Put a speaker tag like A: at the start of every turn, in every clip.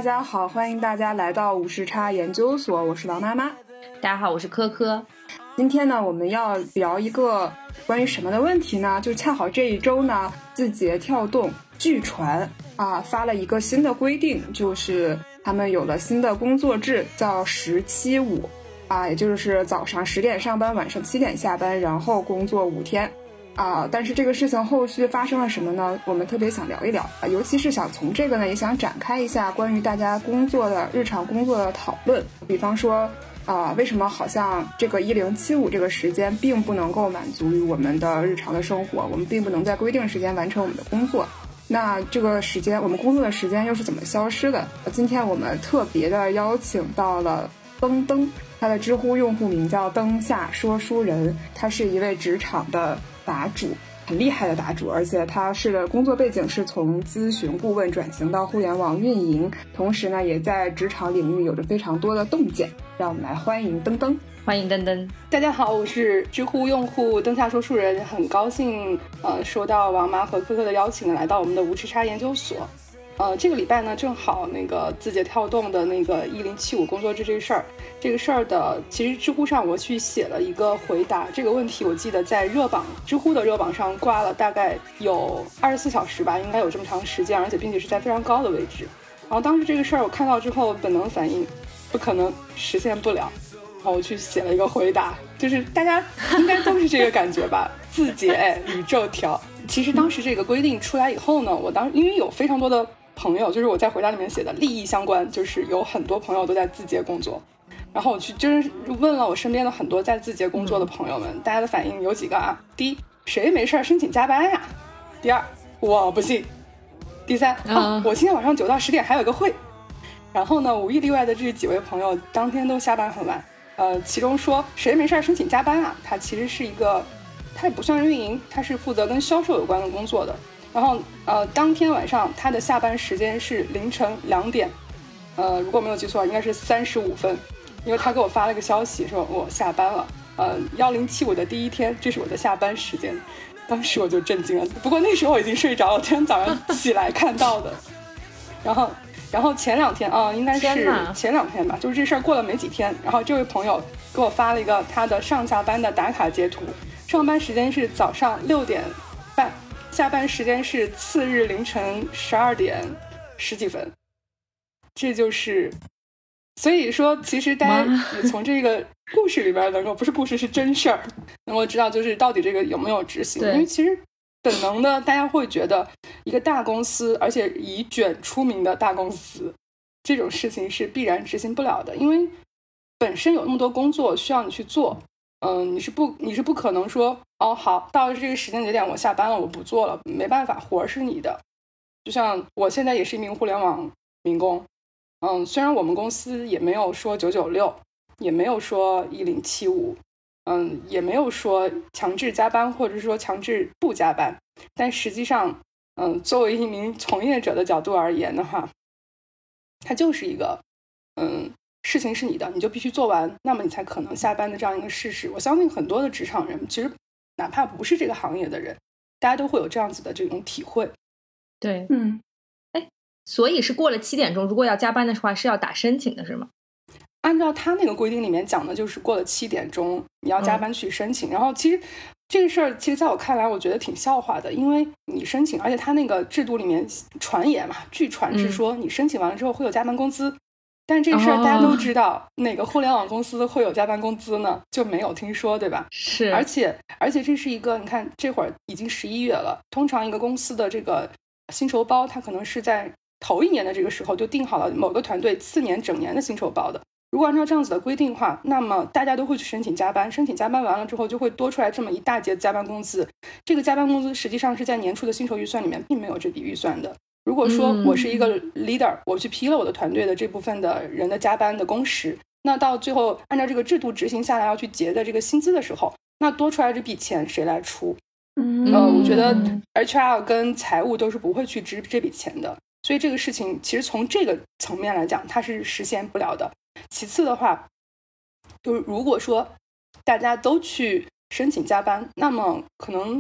A: 家好，欢迎大家来到无时差研究所，我是王妈妈。
B: 大家好，我是科科。
A: 今天呢，我们要聊一个关于什么的问题呢？就恰好这一周呢，字节跳动据传发了一个新的规定，就是他们有了新的工作制，叫10-7-5也就是早上10点上班，晚上7点下班，然后工作5天。但是这个事情后续发生了什么呢？我们特别想聊一聊尤其是想从这个呢，也想展开一下关于大家日常工作的讨论。比方说为什么好像这个10-7-5这个时间并不能够满足于我们的日常的生活，我们并不能在规定时间完成我们的工作。那这个时间，我们工作的时间又是怎么消失的？今天我们特别的邀请到了登登，他的知乎用户名叫灯下说书人，他是一位职场的答主，很厉害的答主，而且他的工作背景是从咨询顾问转型到互联网运营，同时呢也在职场领域有着非常多的洞见。让我们来欢迎登登。
B: 欢迎登登。
C: 大家好，我是知乎用户灯下说书人，很高兴收到王妈和科科的邀请，来到我们的无时差研究所。这个礼拜呢，正好那个字节跳动的那个10-7-5工作制这个事儿的，其实知乎上我去写了一个回答。这个问题我记得在知乎的热榜上挂了大概有24小时吧，应该有这么长时间，而且并且是在非常高的位置。然后当时这个事儿我看到之后，本能反应不可能实现不了，然后我去写了一个回答，就是大家应该都是这个感觉吧，字节宇宙条。其实当时这个规定出来以后呢，因为有非常多的朋友，就是我在回答里面写的利益相关，就是有很多朋友都在字节工作，然后我去就是问了我身边的很多在字节工作的朋友们，大家的反应有几个第一，谁没事申请加班呀？第二，我不信。第三，我今天晚上9到10点还有一个会。然后呢，无一例外的这几位朋友当天都下班很晚。其中说谁没事申请加班他其实是他也不算运营，他是负责跟销售有关的工作的。然后当天晚上他的下班时间是凌晨2点，如果没有记错应该是35分，因为他给我发了个消息说我下班了。10-7-5的第一天，这是我的下班时间。当时我就震惊了，不过那时候我已经睡着了，今天早上起来看到的。然后前2天应该是前2天吧，就是这事儿过了没几天，然后这位朋友给我发了一个他的上下班的打卡截图，上班时间是早上6点半，下班时间是次日凌晨12点10几分。这就是所以说其实大家也从这个故事里边能够，不是故事是真事儿，能够知道就是到底这个有没有执行。因为其实本能的大家会觉得一个大公司，而且以卷出名的大公司，这种事情是必然执行不了的，因为本身有那么多工作需要你去做。你是不可能说好到了这个时间节点我下班了我不做了，没办法，活是你的。就像我现在也是一名互联网民工，虽然我们公司也没有说996，也没有说10-7-5，也没有说强制加班或者说强制不加班，但实际上作为一名从业者的角度而言的话，它就是一个事情是你的，你就必须做完，那么你才可能下班的这样一个事实。我相信很多的职场人，其实哪怕不是这个行业的人，大家都会有这样子的这种体会。
B: 对，所以是过了7点钟，如果要加班的话是要打申请的是吗？
C: 按照他那个规定里面讲的，就是过了7点钟你要加班去申请。然后其实这个事儿，其实在我看来我觉得挺笑话的，因为你申请，而且他那个制度里面传言嘛，据传是说你申请完了之后会有加班工资，但这个事儿大家都知道，哪个互联网公司会有加班工资呢？就没有听说，对吧？
B: 是。
C: 而且这是一个，你看这会儿已经11月了，通常一个公司的这个薪酬包，它可能是在头1年的这个时候就定好了某个团队4年整年的薪酬包的。如果按照这样子的规定的话，那么大家都会去申请加班，申请加班完了之后就会多出来这么一大截加班工资。这个加班工资实际上是在年初的薪酬预算里面并没有这笔预算的。如果说我是一个 leader，我去批了我的团队的这部分的人的加班的工时，那到最后按照这个制度执行下来要去结的这个薪资的时候，那多出来这笔钱谁来出？我觉得 HR 跟财务都是不会去支这笔钱的。所以这个事情其实从这个层面来讲，它是实现不了的。其次的话，就是如果说大家都去申请加班，那么可能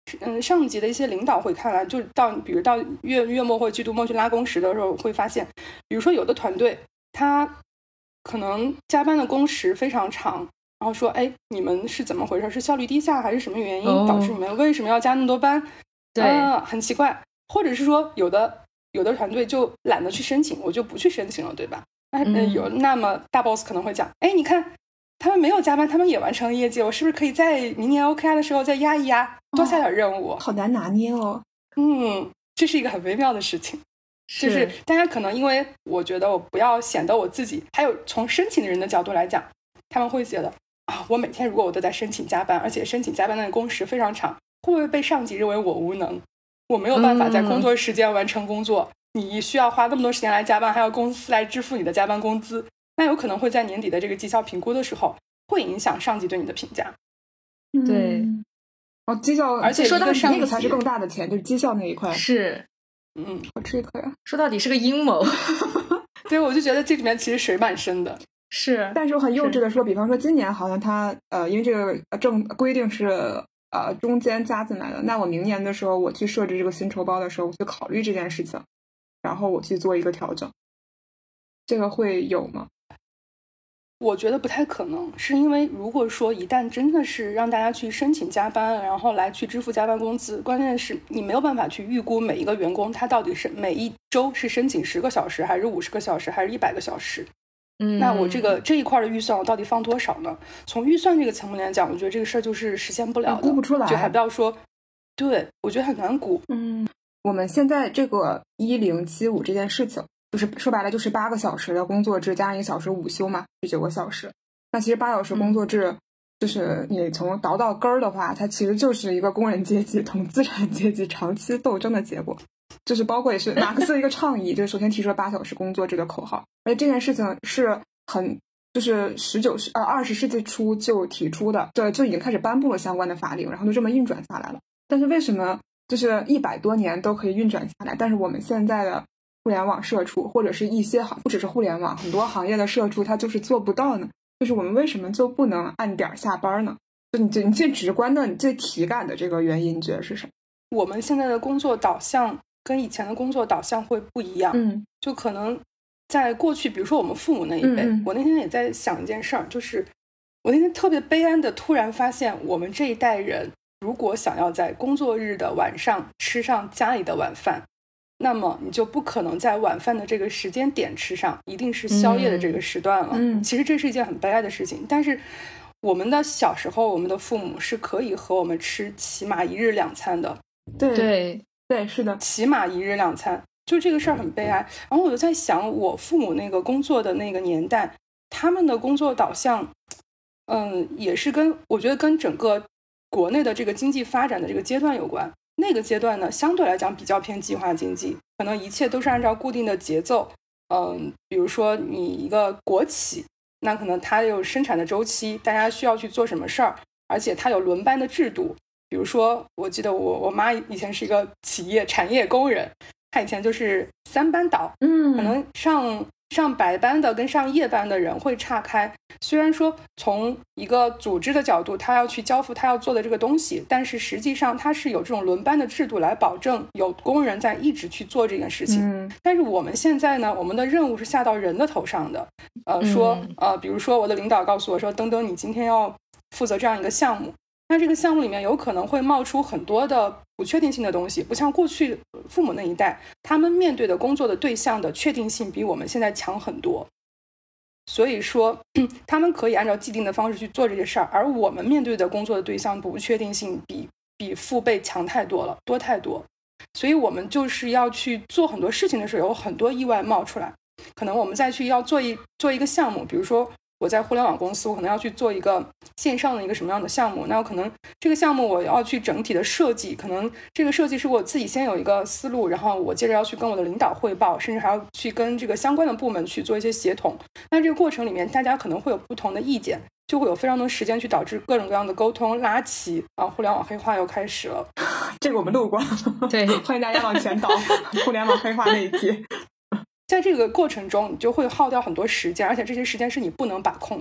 C: 上级的一些领导会看来，就比如到月末或者季度末去拉工时的时候，会发现，比如说有的团队他可能加班的工时非常长，然后说，哎，你们是怎么回事？是效率低下还是什么原因导致你们为什么要加那么多班？
B: 对，
C: 很奇怪。或者是说有的团队就懒得去申请，我就不去申请了，对吧？那么大 boss 可能会讲，哎，你看他们没有加班，他们也完成了业绩，我是不是可以在明年 OKR 的时候再压一压，多下点任务？
A: 好难拿捏哦。
C: 这是一个很微妙的事情，就是大家可能因为我觉得我不要显得我自己，还有从申请的人的角度来讲，他们会觉得我每天如果我都在申请加班，而且申请加班的工时非常长，会不会被上级认为我无能？我没有办法在工作时间完成工作，你需要花那么多时间来加班，还要公司来支付你的加班工资，那有可能会在年底的这个绩效评估的时候，会影响上级对你的评价。
B: 对，
A: 绩效，
C: 而且
A: 说到底那个才是更大的钱，就是绩效那一块。
B: 是，
A: 好吃一颗呀。
B: 说到底是个阴谋。
C: 对，我就觉得这里面其实水蛮深的。
B: 是，
A: 但是我很幼稚的说，比方说今年好像它因为这个规定是中间加进来的，那我明年的时候我去设置这个薪酬包的时候，我去考虑这件事情，然后我去做一个调整，这个会有吗？
C: 我觉得不太可能，是因为如果说一旦真的是让大家去申请加班，然后来去支付加班工资，关键是你没有办法去预估每一个员工他到底是每一周是申请10个小时，还是50个小时，还是100个小时。那我这一块的预算我到底放多少呢？从预算这个层面来讲，我觉得这个事儿就是实现不了的，
A: 估不出来，
C: 就还不要说，对，我觉得很难估。
A: 我们现在这个1075这件事情，就是说白了就是8个小时的工作制加1个小时午休嘛，19个小时。那其实8小时工作制，就是你从倒到根儿的话，它其实就是一个工人阶级同资产阶级长期斗争的结果。就是包括也是马克思的一个倡议，就是首先提出了8小时工作制的口号，而且这件事情是就是20世纪初就提出的，就已经开始颁布了相关的法令，然后就这么运转下来了。但是为什么就是100多年都可以运转下来，但是我们现在的互联网社畜或者是一些不只是互联网，很多行业的社畜他就是做不到呢？就是我们为什么就不能按点下班呢？就你最直观的你最体感的这个原因你觉得是什么？
C: 我们现在的工作导向跟以前的工作导向会不一样。就可能在过去比如说我们父母那一辈，我那天也在想一件事儿，就是我那天特别悲哀的突然发现，我们这一代人如果想要在工作日的晚上吃上家里的晚饭，那么你就不可能在晚饭的这个时间点吃上，一定是宵夜的这个时段了。其实这是一件很悲哀的事情，但是我们的小时候，我们的父母是可以和我们吃起码1日2餐的。
A: 对，是的，
C: 起码1日2餐，就这个事儿很悲哀。然后我就在想，我父母那个工作的那个年代，他们的工作导向，也是我觉得跟整个国内的这个经济发展的这个阶段有关。那个阶段呢，相对来讲比较偏计划经济，可能一切都是按照固定的节奏。比如说你一个国企，那可能它有生产的周期，大家需要去做什么事儿，而且它有轮班的制度。比如说我记得我妈以前是一个产业工人，她以前就是3班倒，可能上白班的跟上夜班的人会岔开。虽然说从一个组织的角度，他要去交付他要做的这个东西，但是实际上他是有这种轮班的制度来保证有工人在一直去做这件事情。但是我们现在呢，我们的任务是下到人的头上的。比如说我的领导告诉我说，登登你今天要负责这样一个项目，那这个项目里面有可能会冒出很多的不确定性的东西，不像过去父母那一代，他们面对的工作的对象的确定性比我们现在强很多。所以说他们可以按照既定的方式去做这些事儿，而我们面对的工作的对象不确定性比父辈强太多了，多太多。所以我们就是要去做很多事情的时候，有很多意外冒出来。可能我们再去要做一个项目，比如说我在互联网公司，我可能要去做一个线上的一个什么样的项目，那我可能这个项目我要去整体的设计，可能这个设计是我自己先有一个思路，然后我接着要去跟我的领导汇报，甚至还要去跟这个相关的部门去做一些协同。那这个过程里面大家可能会有不同的意见，就会有非常多时间去导致各种各样的沟通拉齐啊，互联网黑化又开始了。
A: 这个我们录过，
B: 对，
A: 欢迎大家往前倒互联网黑化那一集。
C: 在这个过程中，你就会耗掉很多时间，而且这些时间是你不能把控的。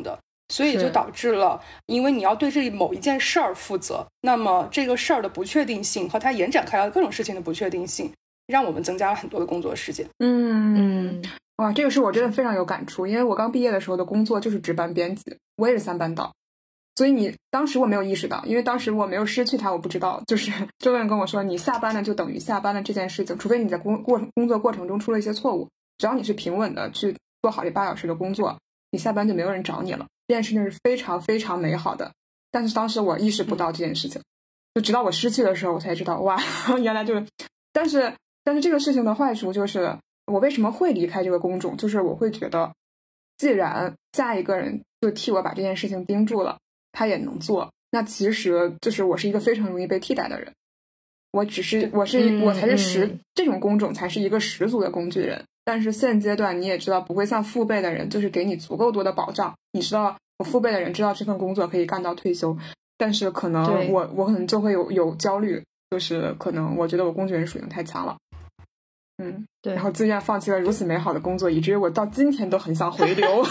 C: 所以就导致了，因为你要对这某一件事儿负责，那么这个事儿的不确定性和它延展开来的各种事情的不确定性，让我们增加了很多的工作时间。
A: 哇，这个是我真的非常有感触，因为我刚毕业的时候的工作就是值班编辑，我也是3班倒，所以当时我没有意识到，因为当时我没有失去它，我不知道，就是周围人跟我说，你下班了就等于下班了这件事情，除非你在工作过程中出了一些错误，只要你是平稳的去做好这8小时的工作，你下班就没有人找你了。这件事情是非常非常美好的，但是当时我意识不到这件事情，就直到我失去的时候我才知道，哇，原来就是，但是这个事情的坏处就是我为什么会离开这个工种，就是我会觉得既然下一个人就替我把这件事情盯住了，他也能做，那其实就是我是一个非常容易被替代的人，我才是这种工种才是一个十足的工具人。但是现阶段你也知道，不会像父辈的人就是给你足够多的保障，你知道我父辈的人知道这份工作可以干到退休，但是可能我可能就会有焦虑，就是可能我觉得我工具人属性太强了，对，然后自愿放弃了如此美好的工作，以至于我到今天都很想回流。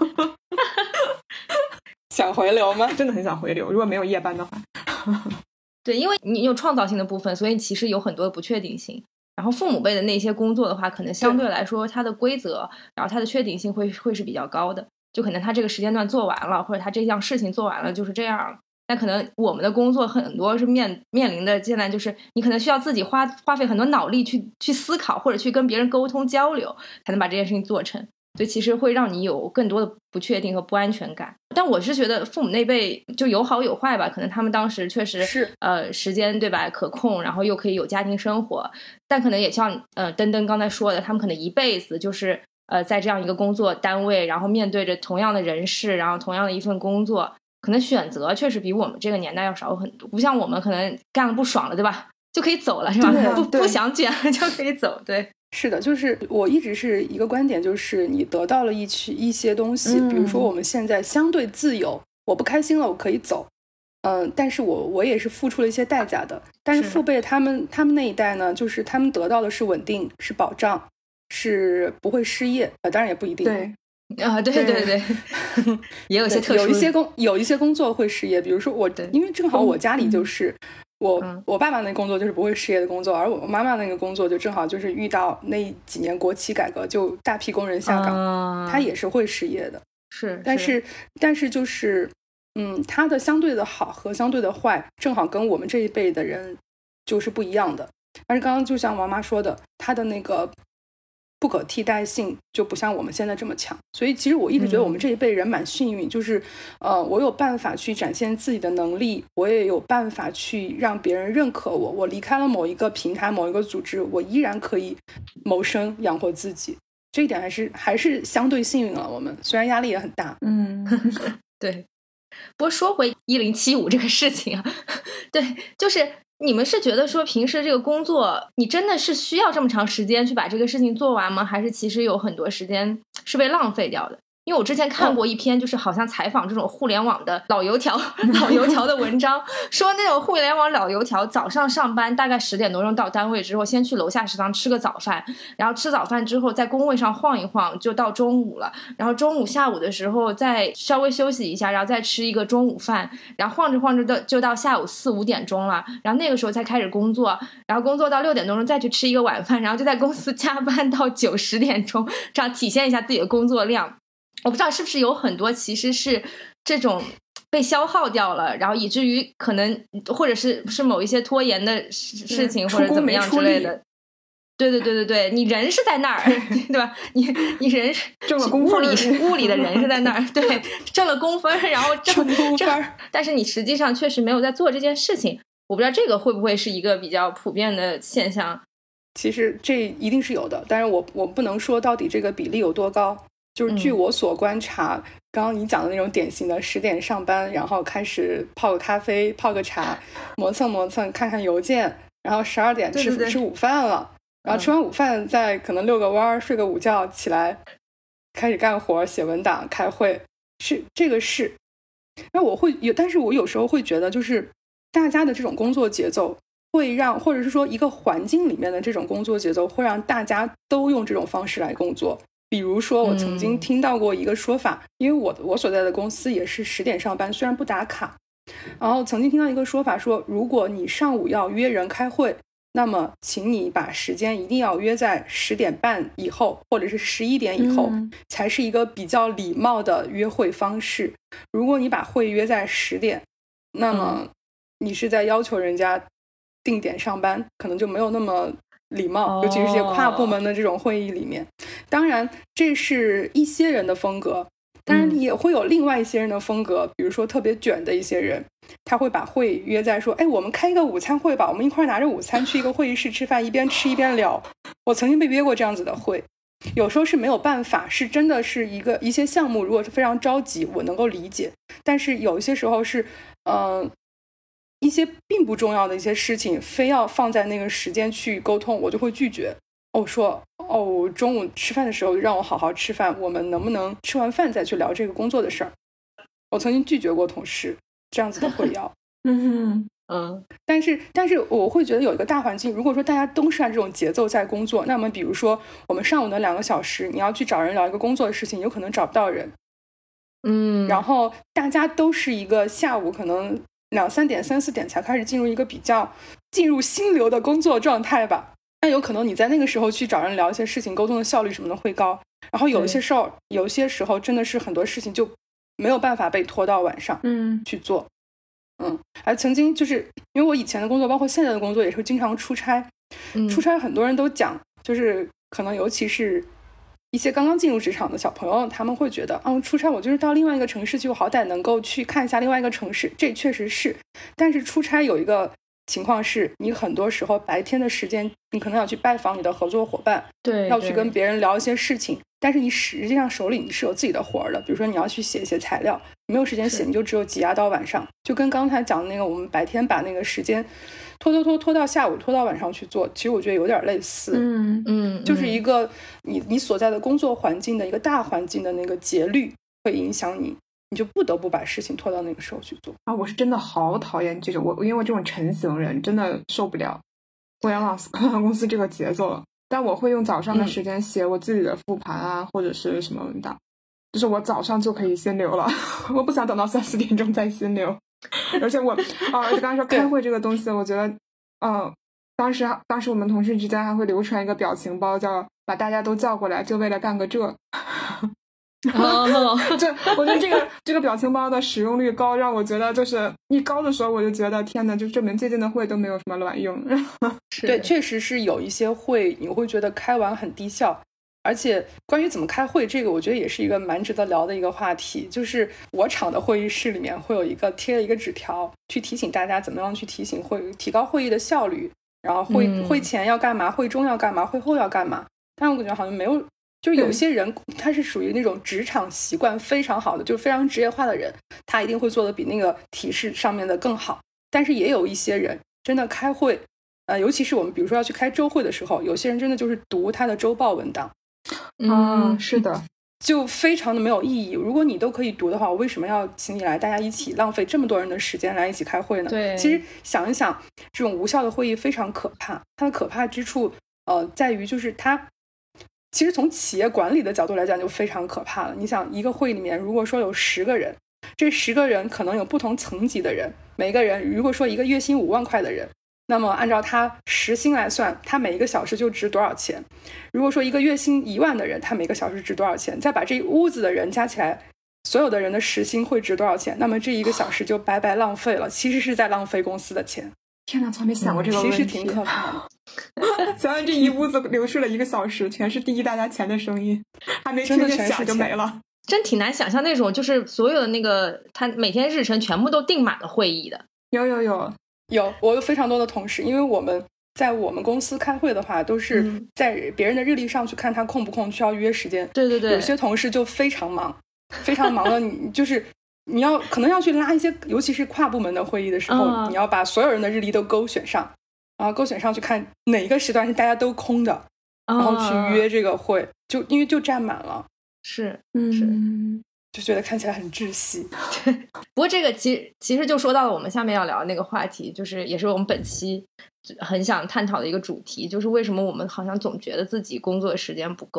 C: 想回流吗？
A: 真的很想回流，如果没有夜班的话。
B: 对，因为你有创造性的部分，所以其实有很多的不确定性。然后父母辈的那些工作的话，可能相对来说它的规则，然后它的确定性会是比较高的，就可能他这个时间段做完了，或者他这项事情做完了就是这样了。那可能我们的工作很多是面临的现在就是你可能需要自己花费很多脑力去思考，或者去跟别人沟通交流，才能把这件事情做成。所以其实会让你有更多的不确定和不安全感。但我是觉得父母那辈就有好有坏吧，可能他们当时确实
C: 是
B: 时间对吧可控，然后又可以有家庭生活，但可能也像登登刚才说的，他们可能一辈子就是在这样一个工作单位，然后面对着同样的人事，然后同样的一份工作，可能选择确实比我们这个年代要少很多。不像我们可能干了不爽了对吧就可以走了是吧？不想卷了就可以走。对，
C: 是的，就是我一直是一个观点，就是你得到了一些东西，比如说我们现在相对自由，我不开心了我可以走，但是我也是付出了一些代价的。但是父辈他们那一代呢，就是他们得到的是稳定，是保障，是不会失业，当然也不一定。
A: 对
B: 啊，对，也有些特殊，
C: 有一些工作会失业，比如说因为正好我家里就是。我爸爸那工作就是不会失业的工作，而我妈妈那个工作就正好就是遇到那几年国企改革，就大批工人下岗，他也是会失业的。
B: 是，
C: 但是就是他的相对的好和相对的坏，正好跟我们这一辈的人就是不一样的。但是刚刚就像王妈说的，他的那个不可替代性就不像我们现在这么强，所以其实我一直觉得我们这一辈人蛮幸运，就是我有办法去展现自己的能力，我也有办法去让别人认可我，我离开了某一个平台某一个组织，我依然可以谋生养活自己，这一点还是相对幸运了。我们虽然压力也很大，
B: 对。不过说回1075这个事情啊，对，就是你们是觉得说平时这个工作你真的是需要这么长时间去把这个事情做完吗？还是其实有很多时间是被浪费掉的？因为我之前看过一篇就是好像采访这种互联网的老油条的文章，说那种互联网老油条早上上班大概10点多钟到单位之后，先去楼下食堂吃个早饭，然后吃早饭之后在工位上晃一晃就到中午了，然后中午下午的时候再稍微休息一下，然后再吃一个中午饭，然后晃着晃着就到下午4、5点钟了，然后那个时候才开始工作，然后工作到6点多钟再去吃一个晚饭，然后就在公司加班到9、10点钟，这样体现一下自己的工作量。我不知道是不是有很多其实是这种被消耗掉了，然后以至于可能或者是某一些拖延的事情或者怎么样之类的。对，你人是在那儿，对吧？你人
A: 挣了工分，
B: 物理的人是在那儿，对，挣了工分，然后挣工分，但是你实际上确实没有在做这件事情。我不知道这个会不会是一个比较普遍的现象。
C: 其实这一定是有的，但是我不能说到底这个比例有多高。就是据我所观察，刚刚你讲的那种典型的10点上班，然后开始泡个咖啡泡个茶，磨蹭看看邮件，然后12点吃午饭了，然后吃完午饭再可能遛个弯睡个午觉，起来开始干活写文档开会，是这个是。那我会有，但是我有时候会觉得就是大家的这种工作节奏会让，或者是说一个环境里面的这种工作节奏会让大家都用这种方式来工作， 比如说我曾经听到过一个说法，因为我所在的公司也是10点上班，虽然不打卡，然后曾经听到一个说法说，如果你上午要约人开会，那么请你把时间一定要约在10点半以后，或者是11点以后，才是一个比较礼貌的约会方式。如果你把会约在10点，那么你是在要求人家定点上班，可能就没有那么礼貌，尤其是这些跨部门的这种会议里面。当然这是一些人的风格，当然也会有另外一些人的风格，比如说特别卷的一些人，他会把会约在说，哎，我们开一个午餐会吧，我们一块拿着午餐去一个会议室吃饭，一边吃一边聊。我曾经被约过这样子的会，有时候是没有办法，是真的是一些项目如果是非常着急，我能够理解，但是有一些时候是一些并不重要的一些事情非要放在那个时间去沟通，我就会拒绝。说中午吃饭的时候让我好好吃饭，我们能不能吃完饭再去聊这个工作的事儿？我曾经拒绝过同事这样子的会邀。但是我会觉得有一个大环境，如果说大家都是按这种节奏在工作，那么比如说我们上午的2个小时，你要去找人聊一个工作的事情，有可能找不到人。然后大家都是一个下午可能2、3点、3、4点才开始进入一个比较进入心流的工作状态吧。那有可能你在那个时候去找人聊一些事情，沟通的效率什么的会高。然后有一些时候真的是很多事情就没有办法被拖到晚上去做。而曾经就是因为我以前的工作包括现在的工作也是经常出差。出差很多人都讲，就是可能尤其是一些刚刚进入职场的小朋友，他们会觉得出差我就是到另外一个城市去，我好歹能够去看一下另外一个城市，这确实是。但是出差有一个情况是，你很多时候白天的时间你可能要去拜访你的合作伙伴，
B: 对，
C: 要去跟别人聊一些事情，但是你实际上手里你是有自己的活的，比如说你要去写一些材料，你没有时间写，你就只有挤压到晚上，就跟刚才讲的那个我们白天把那个时间拖到下午，拖到晚上去做，其实我觉得有点类似。就是一个你所在的工作环境的一个大环境的那个节律会影响你，你就不得不把事情拖到那个时候去做
A: 我是真的好讨厌这种，因为我这种晨型人真的受不了互联网公司这个节奏了。但我会用早上的时间写我自己的复盘啊，或者是什么文档，就是我早上就可以心流了，我不想等到3、4点钟再心流。而且而且刚才说开会这个东西，我觉得当时我们同事之间还会流传一个表情包，叫把大家都叫过来就为了干个这。我觉得这个表情包的使用率高，让我觉得就是一高的时候，我就觉得天哪，就证明最近的会都没有什么卵用。
C: 对，确实是有一些会你会觉得开完很低效。而且关于怎么开会，这个我觉得也是一个蛮值得聊的一个话题。就是我厂的会议室里面会有贴了一个纸条，去提醒大家怎么样去提高会议的效率，然后会前要干嘛，会中要干嘛，会后要干嘛。但我感觉好像没有，就是有些人他是属于那种职场习惯非常好的，就是非常职业化的人，他一定会做的比那个提示上面的更好。但是也有一些人真的开会尤其是我们比如说要去开周会的时候，有些人真的就是读他的周报文档。
A: 是的，
C: 就非常的没有意义。如果你都可以读的话，我为什么要请你来大家一起浪费这么多人的时间来一起开会呢？
B: 对，
C: 其实想一想，这种无效的会议非常可怕。它的可怕之处在于就是它其实从企业管理的角度来讲就非常可怕了。你想一个会里面如果说有10个人，这10个人可能有不同层级的人，每个人如果说一个月薪5万块的人，那么按照他时薪来算，他每一个小时就值多少钱。如果说一个月薪1万的人，他每个小时值多少钱，再把这一屋子的人加起来，所有的人的时薪会值多少钱，那么这1个小时就白白浪费了，其实是在浪费公司的钱。
A: 天哪，从来没想过这个问题。
C: 其实挺可怕的。
A: 想想这一屋子流逝了1个小时，全是滴大家钱的声音，还没听见响就没了。
B: 真挺难想象那种就是所有的那个他每天日程全部都订满的会议的。
C: 有，我有非常多的同事，因为我们在我们公司开会的话，都是在别人的日历上去看他空不空，需要约时间。
B: 对，
C: 有些同事就非常忙的，你可能要去拉一些，尤其是跨部门的会议的时候，你要把所有人的日历都勾选上，然后勾选上去看哪一个时段是大家都空的，然后去约这个会，就因为就占满了。
B: 是。
C: 就觉得看起来很窒息。
B: 不过这个其实就说到了我们下面要聊的那个话题，就是也是我们本期很想探讨的一个主题，就是为什么我们好像总觉得自己工作的时间不够。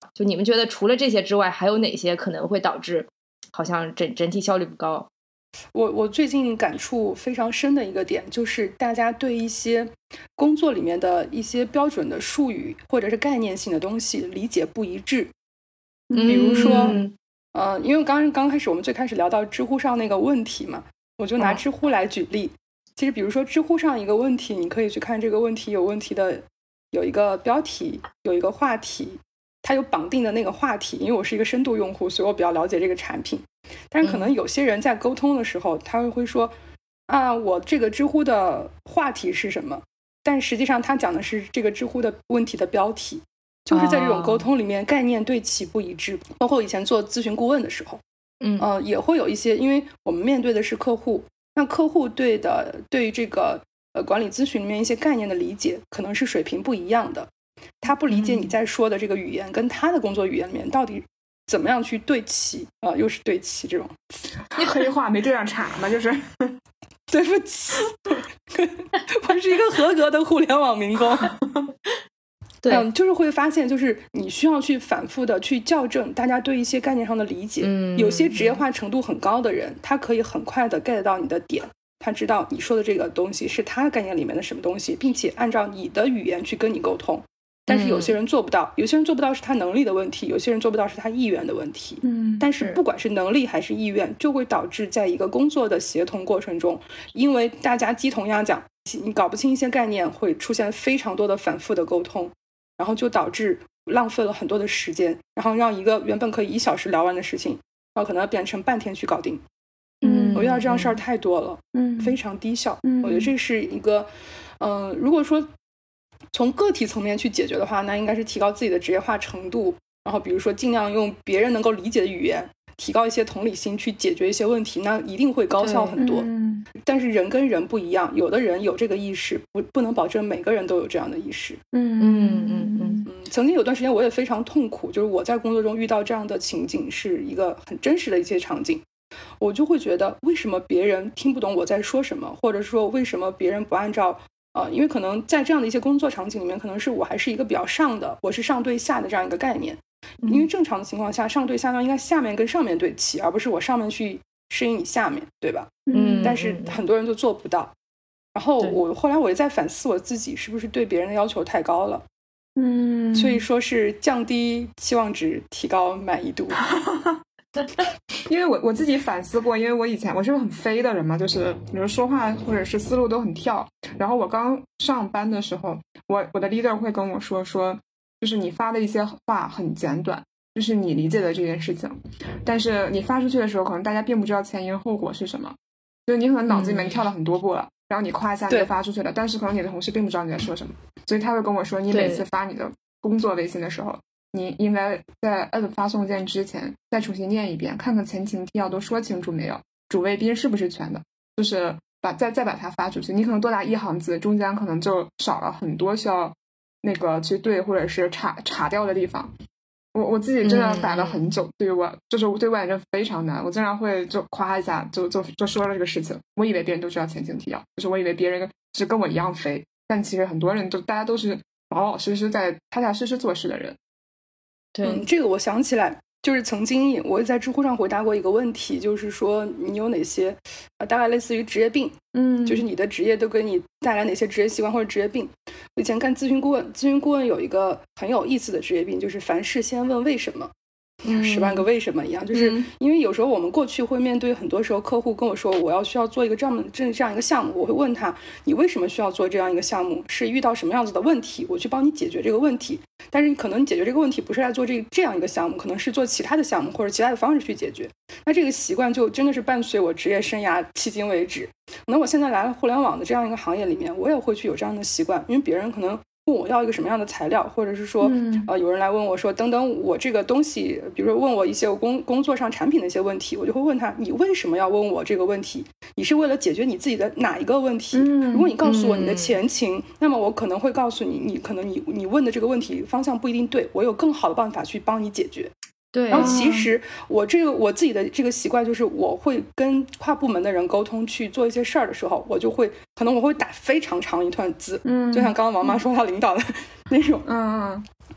B: 就你们觉得除了这些之外，还有哪些可能会导致好像整体效率不高？
C: 我最近感触非常深的一个点，就是大家对一些工作里面的一些标准的术语或者是概念性的东西理解不一致。比如说因为刚开始我们最开始聊到知乎上那个问题嘛，我就拿知乎来举例。其实比如说知乎上一个问题，你可以去看这个问题有问题的有一个标题，有一个话题，它有绑定的那个话题。因为我是一个深度用户，所以我比较了解这个产品。但是可能有些人在沟通的时候，他会说我这个知乎的话题是什么，但实际上他讲的是这个知乎的问题的标题。就是在这种沟通里面概念对齐不一致。包括以前做咨询顾问的时候也会有一些，因为我们面对的是客户，那客户对于这个管理咨询里面一些概念的理解可能是水平不一样的，他不理解你在说的这个语言跟他的工作语言里面到底怎么样去对齐又是对齐这种
A: 你黑话没这样查吗？就是
C: 对不起我是一个合格的互联网民工
B: 对
C: 就是会发现，就是你需要去反复的去校正大家对一些概念上的理解。有些职业化程度很高的人，他可以很快的 get 到你的点，他知道你说的这个东西是他概念里面的什么东西，并且按照你的语言去跟你沟通。但是有些人做不到，有些人做不到是他能力的问题，有些人做不到是他意愿的问题。但是不管是能力还是意愿，就会导致在一个工作的协同过程中，因为大家鸡同鸭讲，你搞不清一些概念，会出现非常多的反复的沟通，然后就导致浪费了很多的时间，然后让一个原本可以1小时聊完的事情，然后可能要变成半天去搞定。我遇到这样事儿太多了，非常低效。我觉得这是一个如果说从个体层面去解决的话，那应该是提高自己的职业化程度，然后比如说尽量用别人能够理解的语言，提高一些同理心去解决一些问题，那一定会高效很多。但是人跟人不一样，有的人有这个意识，不能保证每个人都有这样的意识。曾经有段时间我也非常痛苦，就是我在工作中遇到这样的情景，是一个很真实的一些场景，我就会觉得为什么别人听不懂我在说什么，或者说为什么别人不按照因为可能在这样的一些工作场景里面，可能是我还是一个比较上的，我是上对下的这样一个概念。因为正常的情况下，上对下应该下面跟上面对齐，而不是我上面去适应你下面，对吧？但是很多人就做不到。然后后来我也在反思我自己是不是对别人的要求太高了。所以说是降低期望值，提高满意度。
A: 因为我自己反思过，因为我以前我是个很飞的人嘛，就是比如说话或者是思路都很跳。然后我刚上班的时候，我的 leader 会跟我说，就是你发的一些话很简短，就是你理解的这件事情，但是你发出去的时候，可能大家并不知道前因后果是什么，就是你可能脑子里面跳了很多步了，然后你夸一下你就发出去了，但是可能你的同事并不知道你在说什么，所以他会跟我说，你每次发你的工作微信的时候，你应该在摁发送键之前再重新念一遍，看看前情提要都说清楚没有，主谓宾是不是全的，就是再把它发出去。你可能多打一行字，中间可能就少了很多需要那个去对或者是查掉的地方。我自己真的摆了很久，对于我就是对我来说非常难。我经常会就夸一下就说了这个事情，我以为别人都知道前情提要，就是我以为别人是跟我一样飞，但其实很多人大家都是老老实实在踏踏实实做事的人。
B: 对，
C: 这个我想起来，就是曾经我在知乎上回答过一个问题，就是说你有哪些大概类似于职业病，就是你的职业都给你带来哪些职业习惯或者职业病。我以前干咨询顾问，咨询顾问有一个很有意思的职业病，就是凡事先问为什么。10万个为什么一样，就是因为有时候我们过去会面对，很多时候客户跟我说我需要做一个这样一个项目，我会问他你为什么需要做这样一个项目，是遇到什么样子的问题，我去帮你解决这个问题。但是可能你解决这个问题不是来做这样一个项目，可能是做其他的项目或者其他的方式去解决。那这个习惯就真的是伴随我职业生涯迄今为止。可能我现在来了互联网的这样一个行业里面，我也会去有这样的习惯，因为别人可能问我要一个什么样的材料，或者是说有人来问我说等等我这个东西，比如说问我一些我工作上产品的一些问题，我就会问他你为什么要问我这个问题，你是为了解决你自己的哪一个问题。如果你告诉我你的前情，那么我可能会告诉你可能你问的这个问题方向不一定对，我有更好的办法去帮你解决。
B: 对，
C: 然后其实我自己的这个习惯就是我会跟跨部门的人沟通去做一些事儿的时候，我会打非常长一段字，就像刚刚王妈说她领导的那种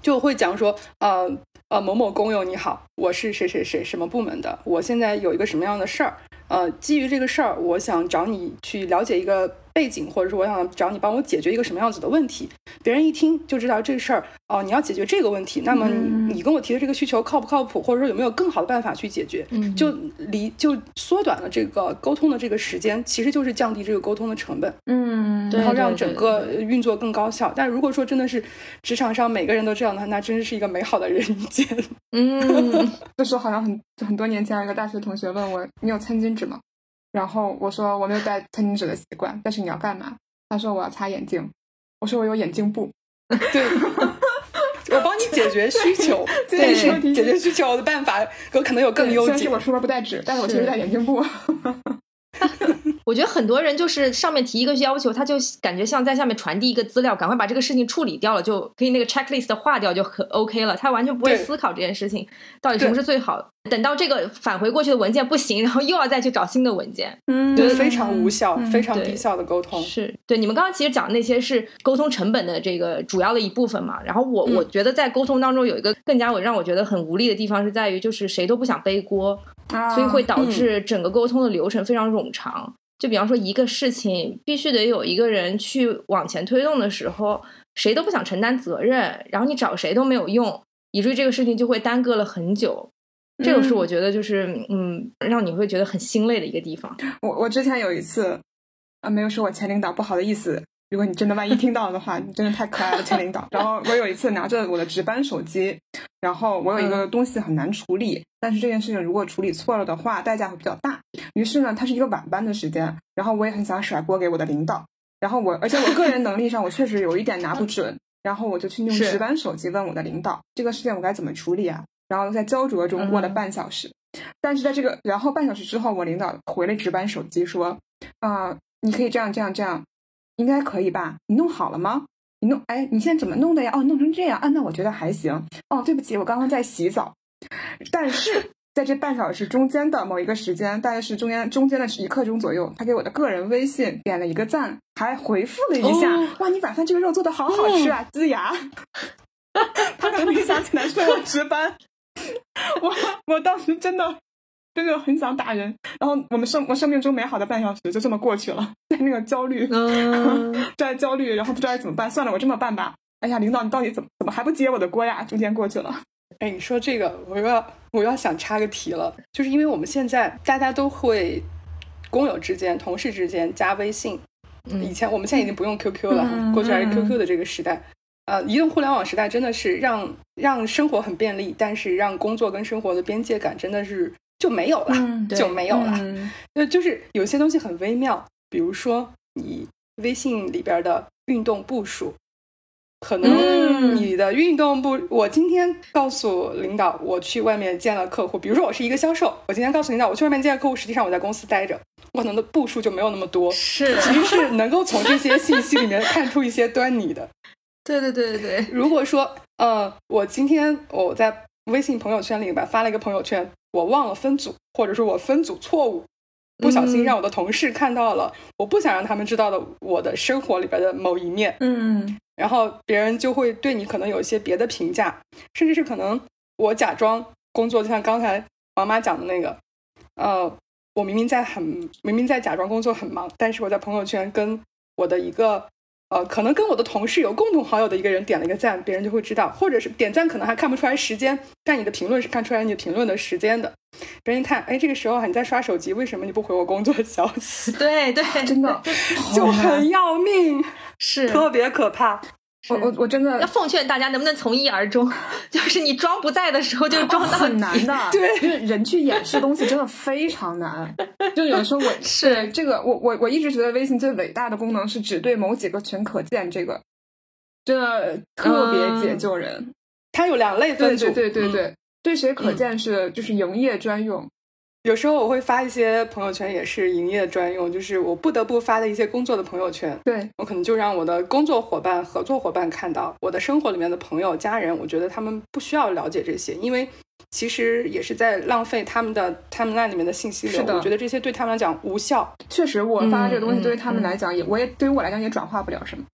C: 就会讲说某某工友你好，我是谁谁谁什么部门的，我现在有一个什么样的事儿，基于这个事儿我想找你去了解一个背景，或者说我想找你帮我解决一个什么样子的问题。别人一听就知道这个事儿你要解决这个问题，那么你跟我提的这个需求靠不靠谱，或者说有没有更好的办法去解决，就缩短了这个沟通的这个时间，其实就是降低这个沟通的成本，然后让整个运作更高效。但如果说真的是职场上每个人都这样的话，那真是一个美好的人间。
A: 就说好像很多年前有一个大学同学问我，你有餐巾纸吗？然后我说我没有带餐巾纸的习惯，但是你要干嘛？他说我要擦眼镜。我说我有眼镜布。
C: 对，我帮你解决需求，但是解决需求的办法有可能有更优解。
A: 虽然我书包不带纸，但是我确实带眼镜布。
B: 我觉得很多人就是上面提一个要求，他就感觉像在下面传递一个资料，赶快把这个事情处理掉了，就可以那个 checklist 划掉就很 OK 了，他完全不会思考这件事情到底什么是最好的。等到这个返回过去的文件不行，然后又要再去找新的文件，
C: 对，非常无效，非常低效的沟通。
B: 是对你们刚刚其实讲的那些是沟通成本的这个主要的一部分嘛。然后我觉得在沟通当中有一个更加让我觉得很无力的地方是在于，就是谁都不想背锅，所以会导致整个沟通的流程非常冗长。就比方说一个事情必须得有一个人去往前推动的时候，谁都不想承担责任，然后你找谁都没有用，以至于这个事情就会耽搁了很久。这个是我觉得就是让你会觉得很心累的一个地方。
A: 我之前有一次没有说我前领导不好的意思，如果你真的万一听到的话，你真的太可爱了前领导。然后我有一次拿着我的值班手机，然后我有一个东西很难处理，但是这件事情如果处理错了的话代价会比较大，于是呢它是一个晚班的时间，然后我也很想甩锅给我的领导，然后而且我个人能力上我确实有一点拿不准，然后我就去用值班手机问我的领导这个事情我该怎么处理啊，然后在焦灼中过了半小时，但是在这个然后半小时之后，我领导回了值班手机说你可以这样应该可以吧，你弄好了吗？你现在怎么弄的呀？弄成这样那我觉得还行。对不起，我刚刚在洗澡。但是在这半小时中间的某一个时间，大概是中间的1刻钟左右，他给我的个人微信点了一个赞，还回复了一下哇你晚饭这个肉做的好好吃啊，龇牙。他可能没想起来说我值班。我当时真的很想打人，然后我生命中美好的半小时就这么过去了，在那个焦虑在焦虑，然后不知道怎么办，算了我这么办吧，哎呀领导你到底怎么还不接我的锅呀，中间过去了。
C: 你说这个我又要想插个题了，就是因为我们现在大家都会工友之间同事之间加微信，我们现在已经不用 QQ 了，过去还是 QQ 的这个时代，移动互联网时代真的是让生活很便利，但是让工作跟生活的边界感真的是就没有了，就没有了。就是有些东西很微妙，比如说你微信里边的运动步数，可能你的运动我今天告诉领导我去外面见了客户，比如说我是一个销售，我今天告诉领导我去外面见了客户，实际上我在公司待着，我可能的步数就没有那么多，其实是能够从这些信息里面看出一些端倪的。
B: 对，
C: 如果说我今天我在微信朋友圈里边发了一个朋友圈，我忘了分组，或者说我分组错误，不小心让我的同事看到了我不想让他们知道的我的生活里边的某一面，然后别人就会对你可能有一些别的评价，甚至是可能我假装工作，就像刚才王妈讲的那个我明明在假装工作很忙，但是我在朋友圈跟我的一个可能跟我的同事有共同好友的一个人点了一个赞，别人就会知道，或者是点赞可能还看不出来时间，但你的评论是看出来你的评论的时间的，别人一看这个时候你在刷手机，为什么你不回我工作消息？
B: 对，
A: 真的
C: 就很要命，
B: 是
C: 特别可怕。
A: 我真的
B: 要奉劝大家能不能从一而终，就是你装不在的时候就装到
A: 很难的，
C: 对，
A: 因为人去掩饰东西真的非常难。就有的时候是这个我一直觉得微信最伟大的功能是只对某几个群可见，这个真的特别解救人。
C: 它有2类分组，
A: 对谁可见是就是营业专用。
C: 有时候我会发一些朋友圈也是营业专用，就是我不得不发的一些工作的朋友圈，
A: 对，
C: 我可能就让我的工作伙伴合作伙伴看到，我的生活里面的朋友家人，我觉得他们不需要了解这些，因为其实也是在浪费他们的 timeline 里面的信息流，我觉得这些对他们来讲无效。
A: 确实我发这个东西对于他们来讲对于我来讲也转化不了什么，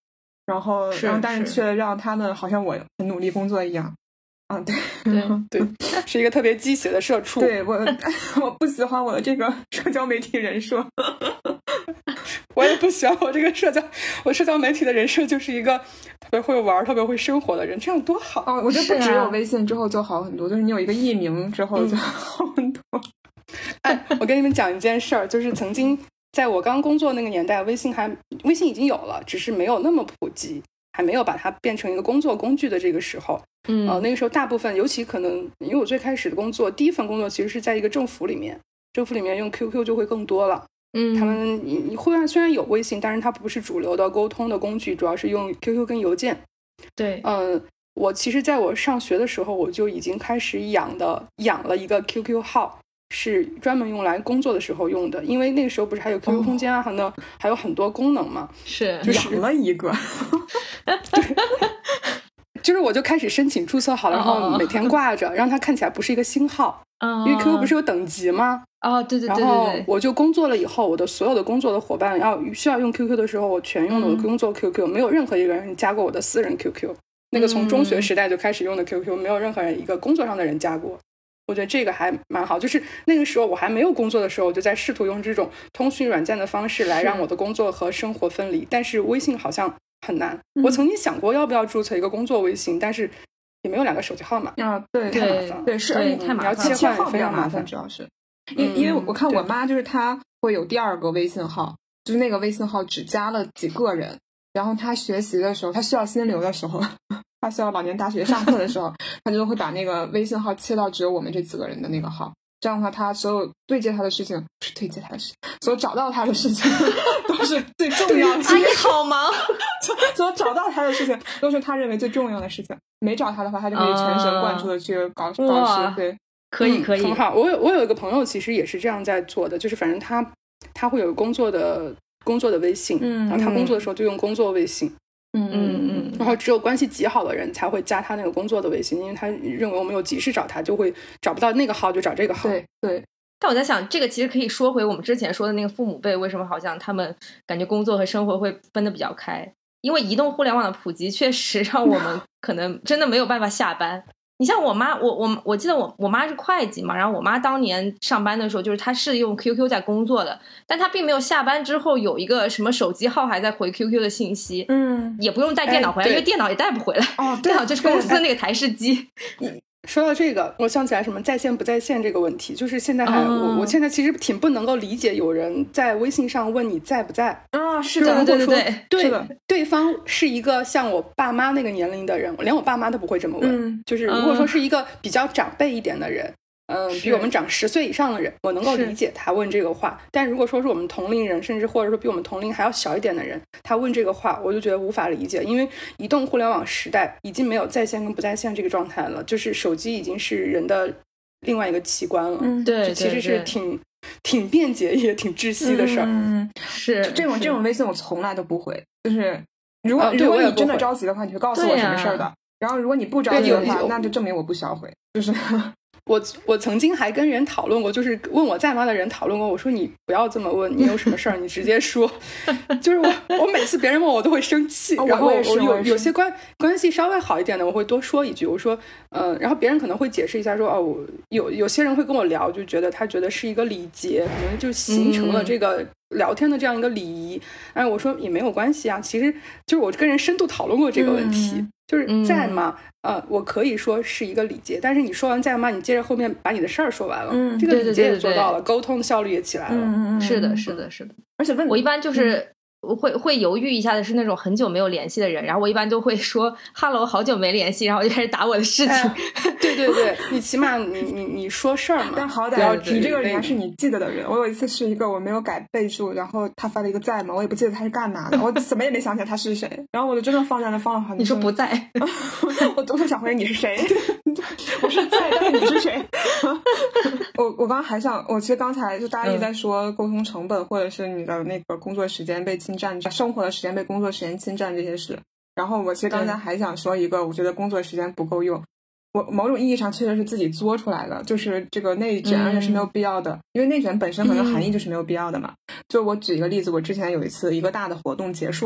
A: 然后但是却让他们好像我很努力工作一样。对
C: 对，是一个特别鸡血的社畜。
A: 对，我不喜欢我的这个社交媒体人设。
C: 我也不喜欢我这个我社交媒体的人设就是一个特别会玩特别会生活的人，这样多好。
A: 我觉得不只有微信之后就好很多，就是你有一个艺名之后就好很多。
C: 我跟你们讲一件事儿，就是曾经在我刚工作那个年代，微信已经有了，只是没有那么普及，还没有把它变成一个工作工具的这个时候。那个时候大部分，尤其可能因为我最开始的工作，第一份工作其实是在一个政府里面用 QQ 就会更多了。他们虽然有微信，但是它不是主流的沟通的工具，主要是用 QQ 跟邮件。
B: 对，
C: 我其实在我上学的时候，我就已经开始养了一个 QQ 号，是专门用来工作的时候用的，因为那个时候不是还有 QQ 空间啊，还有很多功能嘛。
B: 是
A: 养了一个。
C: 就是我就开始申请注册好了，然后每天挂着，让它看起来不是一个星号，因为 QQ 不是有等级吗？
B: 对。
C: 然后我就工作了以后，我的所有的工作的伙伴需要用 QQ 的时候，我全用了我的工作 QQ，没有任何一个人加过我的私人 QQ。那个从中学时代就开始用的 QQ，没有任何人一个工作上的人加过。我觉得这个还蛮好，就是那个时候我还没有工作的时候，我就在试图用这种通讯软件的方式来让我的工作和生活分离，但是微信好像很难。我曾经想过要不要注册一个工作微信，但是也没有2个手机号码
A: 对，
C: 太麻烦，
A: 对，是
B: 太麻烦，
C: 要切换
A: 非常麻烦，主要是因为我看我妈就是她会有第2个微信号，就是那个微信号只加了几个人，然后她学习的时候，她需要心流的时候，她需要老年大学上课的时候，她就会把那个微信号切到只有我们这几个人的那个号。这样的话，他所有对接他的事情，不是对接他的事情，所有找到他的事情都是最重要的。
B: 阿姨好忙，
A: 所有找到他的事情都是他认为最重要的事情。没找他的话，他就可以全神贯注的去搞事。对，
B: 可以，
C: 很好。我有一个朋友，其实也是这样在做的，就是反正他会有工作的微信，然后他工作的时候就用工作微信。然后只有关系极好的人才会加他那个工作的微信，因为他认为我们有急事找他，就会找不到那个号就找这个号。
A: 对。
B: 但我在想，这个其实可以说回我们之前说的那个父母辈，为什么好像他们感觉工作和生活会分得比较开？因为移动互联网的普及，确实让我们可能真的没有办法下班。你像我妈，我记得我妈是会计嘛，然后我妈当年上班的时候，就是她是用 QQ 在工作的，但她并没有下班之后有一个什么手机号还在回 QQ 的信息，也不用带电脑回来，因为电脑也带不回来。电脑就是公司那个台式机。
C: 说到这个，我想起来什么在线不在线这个问题，就是现在我现在其实挺不能够理解有人在微信上问你在不在
A: 是的，
C: 对方是一个像我爸妈那个年龄的人，连我爸妈都不会这么问，就是如果说是一个比较长辈一点的人，比我们长10岁以上的人，我能够理解他问这个话。但如果说是我们同龄人，甚至或者说比我们同龄还要小一点的人，他问这个话，我就觉得无法理解。因为移动互联网时代已经没有在线跟不在线这个状态了，就是手机已经是人的另外一个器官了。
B: 对，
C: 其实是挺便捷也挺窒息的事儿。
B: 是
A: 这种微信我从来都不回，就是如果你真的着急的话，你会告诉我什么事儿的。然后如果你不着急的话，那就证明我不需要回，就是
C: 我曾经还跟人讨论过，就是问我在吗的人讨论过，我说你不要这么问，你有什么事儿你直接说。就是我每次别人问我都会生气，然后我有些关系稍微好一点的，我会多说一句，我说然后别人可能会解释一下说我有些人会跟我聊，就觉得他觉得是一个礼节，可能就形成了这个聊天的这样一个礼仪。我说也没有关系啊，其实就是我跟人深度讨论过这个问题，就是在吗？我可以说是一个礼节，但是你说完在吗？你接着后面把你的事儿说完了，这个礼节也做到了，沟通的效率也起来了。
B: 是的。
A: 而且
B: 我一般就是会犹豫一下的是那种很久没有联系的人，然后我一般就会说 “hello， 好久没联系”，然后我就开始打我的事情。
C: 对，你起码你说事儿嘛。
A: 但好歹你这个人还是你记得的人。我有一次是一个我没有改备注，然后他发了一个在嘛，我也不记得他是干嘛的，我怎么也没想起来他是谁，然后我就真的放在那放了好久。
B: 你说不在，
A: 我都是想回你是谁。我是在，但是你是谁？我刚刚还想，我其实刚才就大家一直在说沟通成本，或者是你的那个工作时间被侵占，生活的时间被工作时间侵占这些事。然后我其实刚才还想说一个，我觉得工作时间不够用，我某种意义上确实是自己作出来的，就是这个内卷，而且是没有必要的，因为内卷本身可能含义就是没有必要的嘛。就我举一个例子，我之前有一次一个大的活动结束了，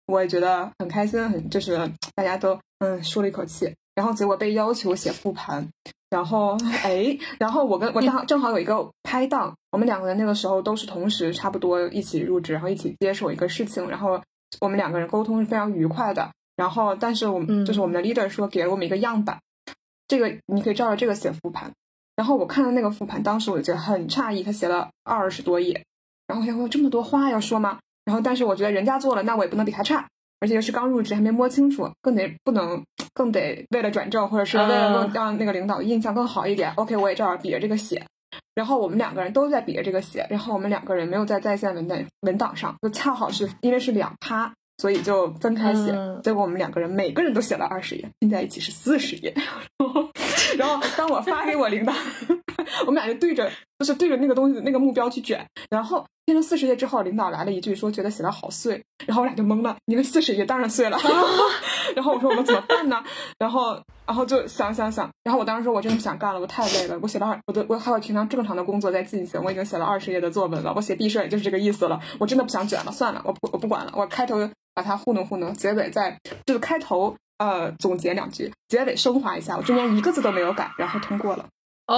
A: 我也觉得很开心，就是大家都舒了一口气。然后结果被要求写复盘，然后我正好有一个拍档，我们两个人那个时候都是同时差不多一起入职，然后一起接手一个事情，然后我们两个人沟通是非常愉快的。然后但是我们就是我们的 leader 说给了我们一个样板，这个你可以照着这个写复盘。然后我看到那个复盘，当时我就觉得很诧异，他写了20多页，然后我有这么多话要说吗？然后但是我觉得人家做了，那我也不能比他差，而且是刚入职还没摸清楚，更得为了转正，或者是为了让那个领导印象更好一点，OK 我也照样比着这个写。然后我们两个人都在比着这个写，然后我们两个人没有在线文档上，就恰好是因为是2趴，所以就分开写。结果我们两个人每个人都写了20页，拼在一起是40页。然后当我发给我领导，我们俩就对着那个东西那个目标去卷，然后变成40页之后，领导来了一句说觉得写得好碎，然后我俩就懵了，你们40页当然碎了。然后我说我们怎么办呢？然后就想，然后我当时说我真的不想干了，我太累了，我写到我还有平常正常的工作在进行，我已经写了20页的作文了，我写毕设也就是这个意思了，我真的不想卷了，算了，我不管了，我开头把它糊弄，结尾就是开头总结2句，结尾升华一下，我中间一个字都没有改，然后通过了。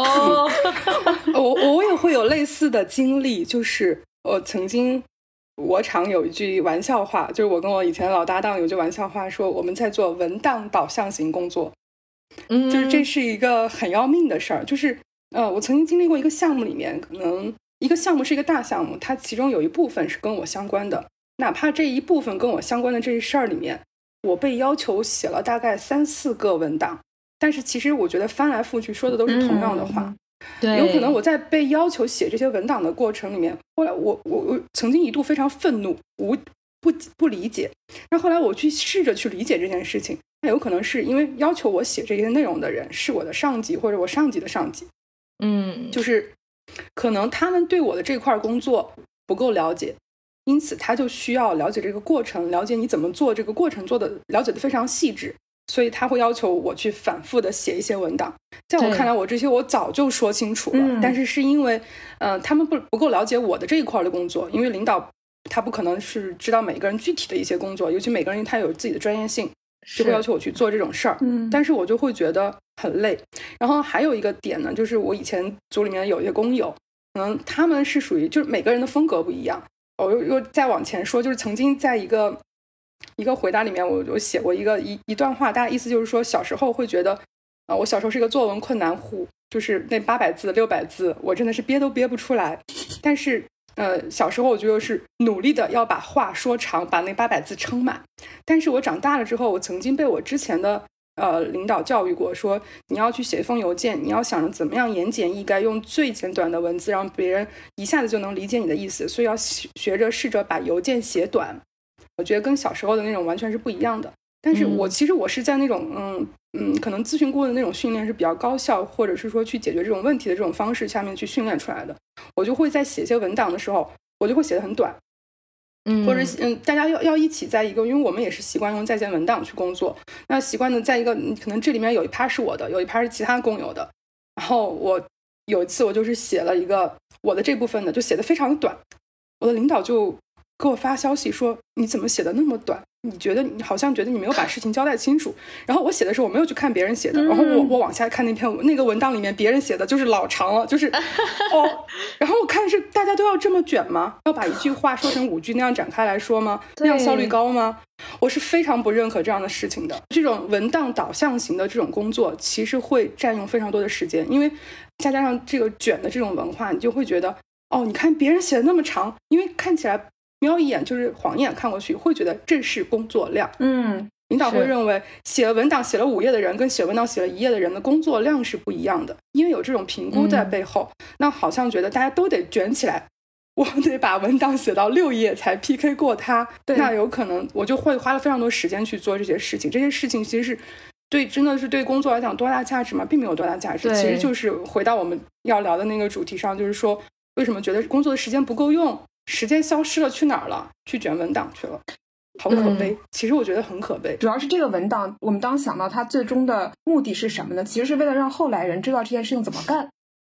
C: 我也会有类似的经历，就是我常有一句玩笑话，就是我跟我以前的老搭档有句玩笑话说我们在做文档导向型工作，就是这是一个很要命的事儿。就是我曾经经历过一个项目里面，可能一个项目是一个大项目，它其中有一部分是跟我相关的，哪怕这一部分跟我相关的这一事儿里面，我被要求写了大概3-4个文档，但是其实我觉得翻来覆去说的都是同样的话。
B: 对，
C: 有可能我在被要求写这些文档的过程里面，后来我曾经一度非常愤怒，不理解。然后后来我试着去理解这件事情，那有可能是因为要求我写这些内容的人是我的上级或者我上级的上级，就是可能他们对我的这块工作不够了解，因此他就需要了解这个过程，了解你怎么做这个过程了解的非常细致。所以他会要求我去反复的写一些文档，在我看来我这些我早就说清楚了，但是因为他们不够了解我的这一块的工作，因为领导他不可能是知道每个人具体的一些工作，尤其每个人他有自己的专业性，就会要求我去做这种事儿，但是我就会觉得很累。然后还有一个点呢，就是我以前组里面有一些工友，可能他们是属于就是每个人的风格不一样。我又再往前说，就是曾经在一个回答里面，我写过一段话，大概意思就是说，小时候会觉得我小时候是一个作文困难户，就是那800字600字我真的是憋都憋不出来，但是小时候我就是努力的要把话说长，把那800字撑满。但是我长大了之后，我曾经被我之前的领导教育过，说你要去写一封邮件，你要想着怎么样言简意赅，用最简短的文字让别人一下子就能理解你的意思，所以要学着试着把邮件写短。我觉得跟小时候的那种完全是不一样的。但是其实我是在那种可能咨询顾问的那种训练是比较高效，或者是说去解决这种问题的这种方式下面去训练出来的。我就会在写一些文档的时候，我就会写得很短，或者大家要一起在一个，因为我们也是习惯用在线文档去工作，那习惯的在一个可能这里面有一趴是我的，有一趴是其他工友的，然后我有一次我就是写了一个我的这部分的，就写得非常短，我的领导就给我发消息说你怎么写的那么短，你好像觉得你没有把事情交代清楚。然后我写的时候我没有去看别人写的，然后我往下看那个文档里面别人写的就是老长了，就是然后我看是大家都要这么卷吗？要把一句话说成5句那样展开来说吗？那样效率高吗？我是非常不认可这样的事情的。这种文档导向型的这种工作其实会占用非常多的时间，因为再加上这个卷的这种文化，你就会觉得你看别人写的那么长，因为看起来瞄一眼就是晃一眼看过去会觉得这是工作量。领导会认为写文档写了5页的人跟写文档写了1页的人的工作量是不一样的，因为有这种评估在背后，那好像觉得大家都得卷起来，我得把文档写到6页才 PK 过他。那有可能我就会花了非常多时间去做这些事情，这些事情其实是真的是对工作来讲多大价值吗？并没有多大价值。其实就是回到我们要聊的那个主题上，就是说为什么觉得工作的时间不够用，时间消失了去哪儿了？去卷文档去了，好可悲。其实我觉得很可悲。
A: 主要是这个文档，我们当想到它最终的目的是什么呢？其实是为了让后来人知道这件事情怎么干。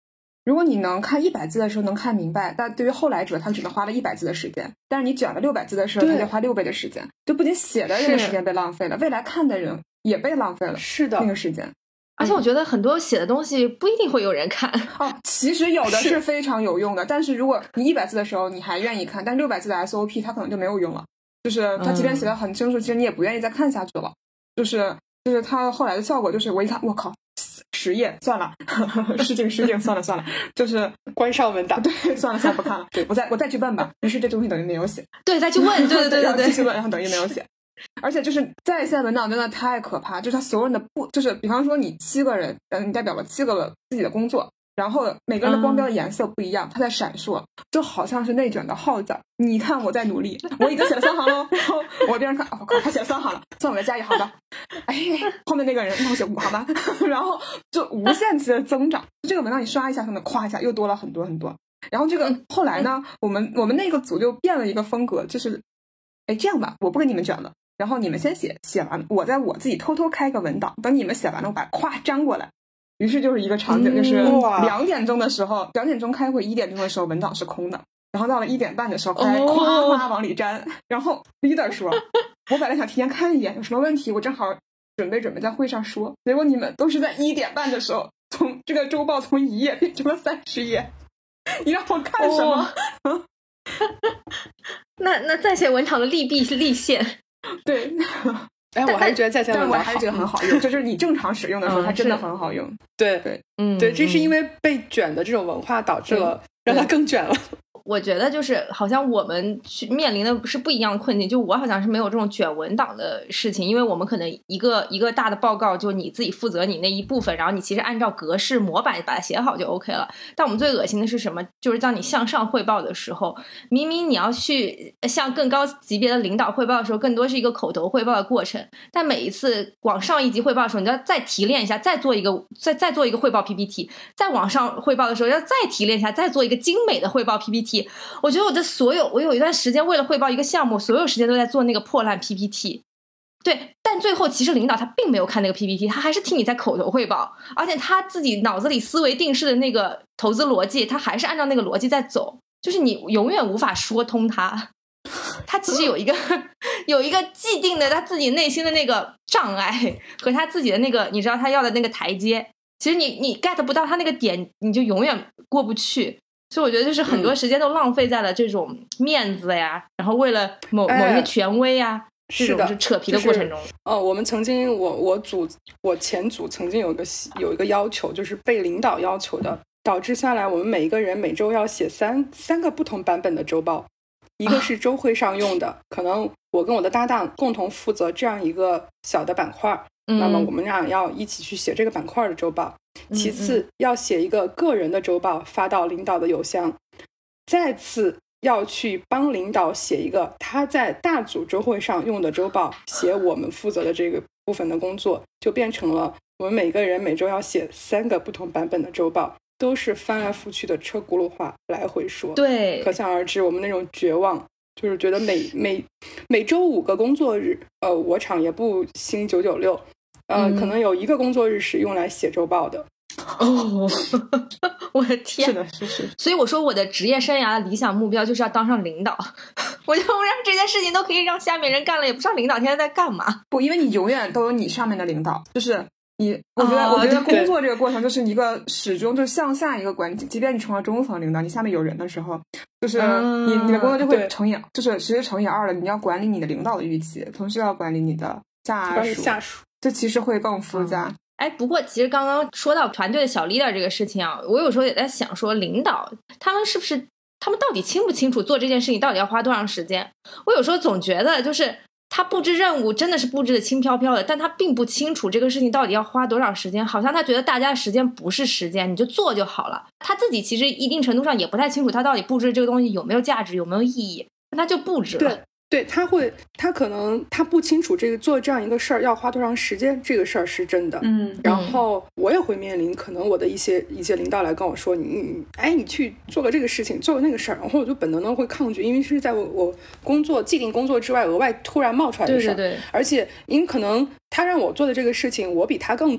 A: 如果你能看100字的时候能看明白，但对于后来者他只能花了100字的时间，但是你卷了600字的时候他就花6倍的时间，就不仅写的这个时间被浪费了，未来看的人也被浪费了，
C: 是的，
A: 那个时间。
B: 而且我觉得很多写的东西不一定会有人看
A: 其实有的是非常有用的，但是如果你100字的时候你还愿意看，但600字的 SOP 它可能就没有用了，就是他即便写的很清楚，其实你也不愿意再看下去了，就是他后来的效果就是我一看我靠10页算了失敬算了就是
C: 关上文档，
A: 对，算了不看了，对，我再去问吧，于是这东西等于没有写，
B: 对，再去问，对
A: 然后继续问，然后等于没有写。而且就是在线文档真的太可怕，就是他所有人的就是比方说你7个人，你代表了7个自己的工作，然后每个人的光标的颜色不一样，它在闪烁，就好像是内卷的号角。你看我在努力，我已经写了3行了，然后我别人看，我靠，他写了3行了，算我再加1行吧。哎，后面那个人让我写5行吧，然后就无限期的增长。这个文档你刷一下，可能夸一下又多了很多很多。然后这个后来呢，我们那个组就变了一个风格，就是这样吧，我不跟你们卷了。然后你们先写完，我自己偷偷开个文档，等你们写完了，我把它粘过来。于是就是一个场景，就是2点钟的时候，2点钟开会，1点钟的时候文档是空的，然后到了1点半的时候，夸往里粘。然后 leader 说，我本来想提前看一眼，有什么问题我正好准备在会上说，结果你们都是在1点半的时候，从这个周报从1页变成了30页，你让我看什么？
B: 那在线文档的利弊是立现。
A: 对，
C: 我还是觉得在线文档好，
A: 但我还是觉得很好用，就是你正常使用的时候，它真的很好用。
C: 对，
A: 对，
C: 这是因为被卷的这种文化导致了让它更卷了。
B: 我觉得就是好像我们去面临的是不一样的困境，就我好像是没有这种卷文档的事情，因为我们可能一个大的报告就你自己负责你那一部分，然后你其实按照格式模板把它写好就 OK 了。但我们最恶心的是什么？就是当你向上汇报的时候，明明你要去向更高级别的领导汇报的时候，更多是一个口头汇报的过程，但每一次往上一级汇报的时候，你要再提炼一下，再做一个汇报 PPT， 再往上汇报的时候要再提炼一下，再做一个精美的汇报 PPT。我觉得我有一段时间为了汇报一个项目，所有时间都在做那个破烂 PPT。对，但最后其实领导他并没有看那个 PPT， 他还是听你在口头汇报，而且他自己脑子里思维定式的那个投资逻辑，他还是按照那个逻辑在走，就是你永远无法说通他。他其实有一个既定的他自己内心的那个障碍和他自己的那个你知道他要的那个台阶，其实你 get 不到他那个点，你就永远过不去。所以我觉得就是很多时间都浪费在了这种面子呀，然后为了某一个权威呀，这种是扯皮的过程中。
C: 我们曾经我前组曾经有一个要求，就是被领导要求的，导致下来我们每一个人每周要写三个不同版本的周报，一个是周会上用的，可能我跟我的搭档共同负责这样一个小的板块，那么我们俩要一起去写这个板块的周报。其次要写一个个人的周报发到领导的邮箱，再次要去帮领导写一个他在大组周会上用的周报，写我们负责的这个部分的工作，就变成了我们每个人每周要写3个不同版本的周报，都是翻来覆去的车轱辘话来回说。
B: 对，
C: 可想而知我们那种绝望，就是觉得每周5个工作日，我厂也不兴996，可能有1个工作日是用来写周报的。
B: 我的天，
A: 是的，是。
B: 所以我说我的职业生涯的理想目标就是要当上领导，我就让这件事情都可以让下面人干了，也不知道领导天天在干嘛。
A: 不，因为你永远都有你上面的领导，就是你，我觉得工作这个过程就是一个始终就是向下一个管理，即便你成了中层领导，你下面有人的时候，就是你的工作就会乘以，就是其实乘以2了。你要管理你的领导的预期，同时要管理你的下属，这其实会更复杂。
B: 不过其实刚刚说到团队的小 leader 这个事情啊，我有时候也在想说，领导他们到底清不清楚做这件事情到底要花多长时间？我有时候总觉得就是他布置任务真的是布置的轻飘飘的，但他并不清楚这个事情到底要花多少时间，好像他觉得大家的时间不是时间，你就做就好了。他自己其实一定程度上也不太清楚他到底布置这个东西有没有价值，有没有意义，但他就布置了。
C: 对，他可能他不清楚这个做这样一个事儿要花多长时间，这个事儿是真的。然后我也会面临可能我的一些领导来跟我说，你去做个这个事情，做个那个事儿，然后我就本能的会抗拒，因为是在我既定工作之外额外突然冒出来的事儿。对，而且因为可能他让我做的这个事情我比他更懂，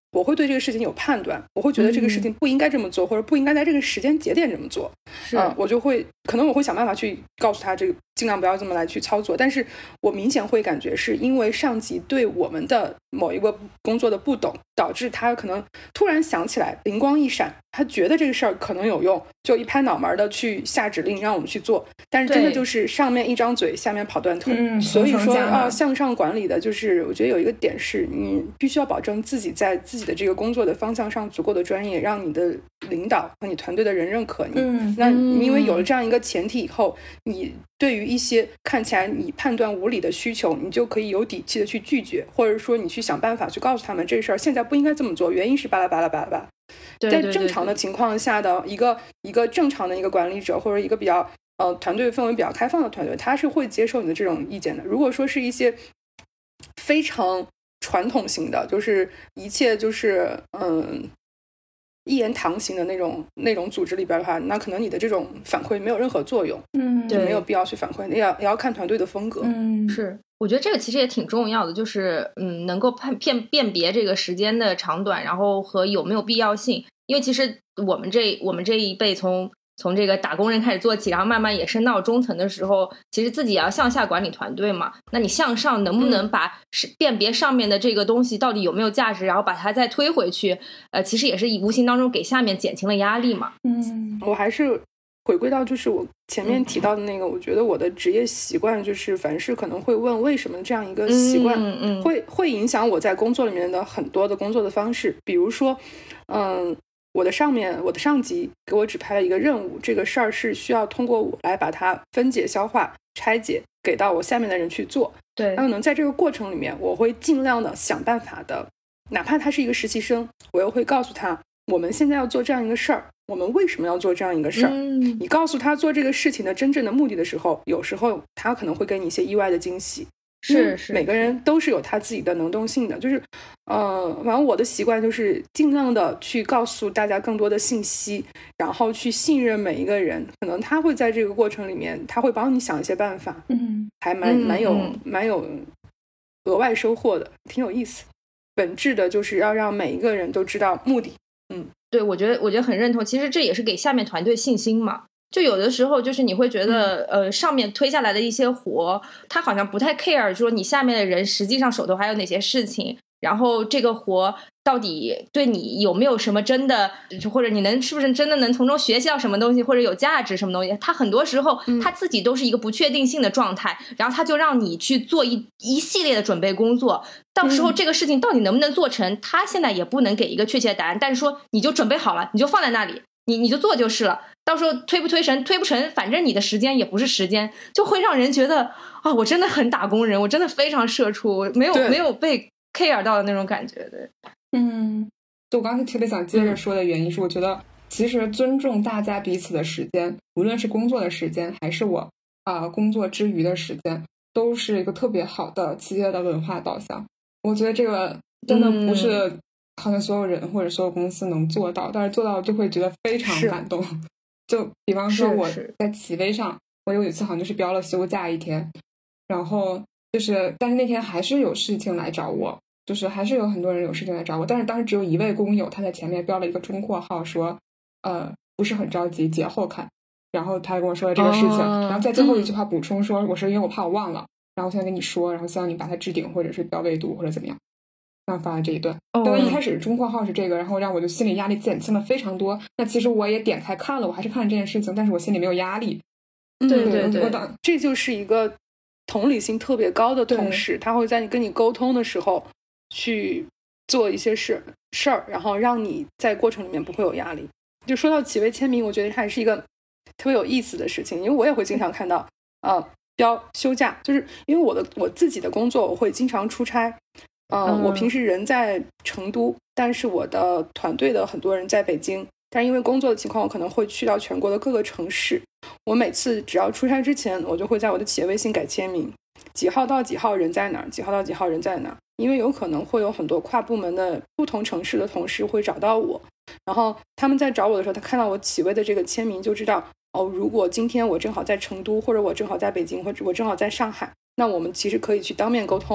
C: 我会对这个事情有判断，我会觉得这个事情不应该这么做，或者不应该在这个时间节点这么做。我就会可能我会想办法去告诉他这个尽量不要这么来去操作。但是我明显会感觉是因为上级对我们的某一个工作的不懂，导致他可能突然想起来，灵光一闪，他觉得这个事儿可能有用，就一拍脑门的去下指令让我们去做。但是真的就是上面一张嘴，下面跑断腿。所以说要向上管理的，就是我觉得有一个点是你必须要保证自己在自己的这个工作的方向上足够的专业，让你的领导和你团队的人认可你。那因为有了这样一个前提以后，你对于一些看起来你判断无理的需求，你就可以有底气的去拒绝，或者说你去想办法去告诉他们这事儿现在不应该这么做，原因是巴拉巴拉巴拉巴拉。在正常的情况下的一个正常的一个管理者，或者一个比较团队氛围比较开放的团队，他是会接受你的这种意见的。如果说是一些非常传统型的，就是一切就是一言堂型的那种组织里边的话，那可能你的这种反馈没有任何作用，就没有必要去反馈，也要看团队的风格。
B: 是，我觉得这个其实也挺重要的，就是能够辨别这个时间的长短，然后和有没有必要性。因为其实我们这一辈从这个打工人开始做起，然后慢慢也升到中层的时候，其实自己也要向下管理团队嘛。那你向上能不能把辨别上面的这个东西到底有没有价值，然后把它再推回去，其实也是无形当中给下面减轻了压力嘛。
C: 我还是回归到就是我前面提到的那个，我觉得我的职业习惯就是凡事可能会问为什么这样一个习惯，会影响我在工作里面的很多的工作的方式。比如说我的上级给我指派了一个任务，这个事儿是需要通过我来把它分解消化拆解给到我下面的人去做。
B: 对，
C: 那可能在这个过程里面我会尽量的想办法的，哪怕他是一个实习生，我又会告诉他我们现在要做这样一个事儿，我们为什么要做这样一个事儿。你告诉他做这个事情的真正的目的的时候，有时候他可能会给你一些意外的惊喜。
B: 是
C: 每个人都是有他自己的能动性的，就是反正我的习惯就是尽量的去告诉大家更多的信息，然后去信任每一个人，可能他会在这个过程里面他会帮你想一些办法，还蛮有额外收获的，挺有意思。本质的就是要让每一个人都知道目的。
B: 对，我觉得很认同，其实这也是给下面团队信心嘛。就有的时候就是你会觉得上面推下来的一些活，他好像不太 care 说你下面的人实际上手头还有哪些事情，然后这个活到底对你有没有什么真的，或者你是不是真的能从中学习到什么东西，或者有价值什么东西，他很多时候他自己都是一个不确定性的状态，然后他就让你去做一系列的准备工作，到时候这个事情到底能不能做成，他现在也不能给一个确切的答案，但是说你就准备好了，你就放在那里，你就做就是了，到时候推不成，反正你的时间也不是时间，就会让人觉得啊，我真的很打工人，我真的非常社畜，没有被 care 到的那种感觉。对，
A: 就我刚才特别想接着说的原因是，我觉得其实尊重大家彼此的时间，无论是工作的时间，还是我工作之余的时间，都是一个特别好的企业的文化导向。我觉得这个真的不是好像所有人或者所有公司能做到，但是做到就会觉得非常感动。就比方说我在企微上，我有一次好像就是标了休假1天，然后就是但是那天还是有事情来找我，就是还是有很多人有事情来找我，但是当时只有一位工友，他在前面标了一个中括号说不是很着急，节后看。然后他跟我说了这个事情，然后在最后一句话补充说，我说因为我怕我忘了，然后我现在跟你说，然后希望你把它置顶或者是标未读或者怎么样。然后发了这一段，但一开始中括号是这个，然后让我就心理压力减轻了非常多。那其实我也点开看了，我还是看了这件事情，但是我心里没有压力。
B: 对，
C: 这就是一个同理心特别高的同事，他会在跟你沟通的时候去做一些事儿，然后让你在过程里面不会有压力。就说到企微签名，我觉得它也是一个特别有意思的事情，因为我也会经常看到标休假，就是因为我自己的工作，我会经常出差。我平时人在成都，但是我的团队的很多人在北京，但是因为工作的情况，我可能会去到全国的各个城市。我每次只要出差之前，我就会在我的企业微信改签名，几号到几号人在哪儿，几号到几号人在哪儿，因为有可能会有很多跨部门的不同城市的同事会找到我，然后他们在找我的时候，他看到我企微的这个签名就知道如果今天我正好在成都，或者我正好在北京，或者我正好在上海，那我们其实可以去当面沟通，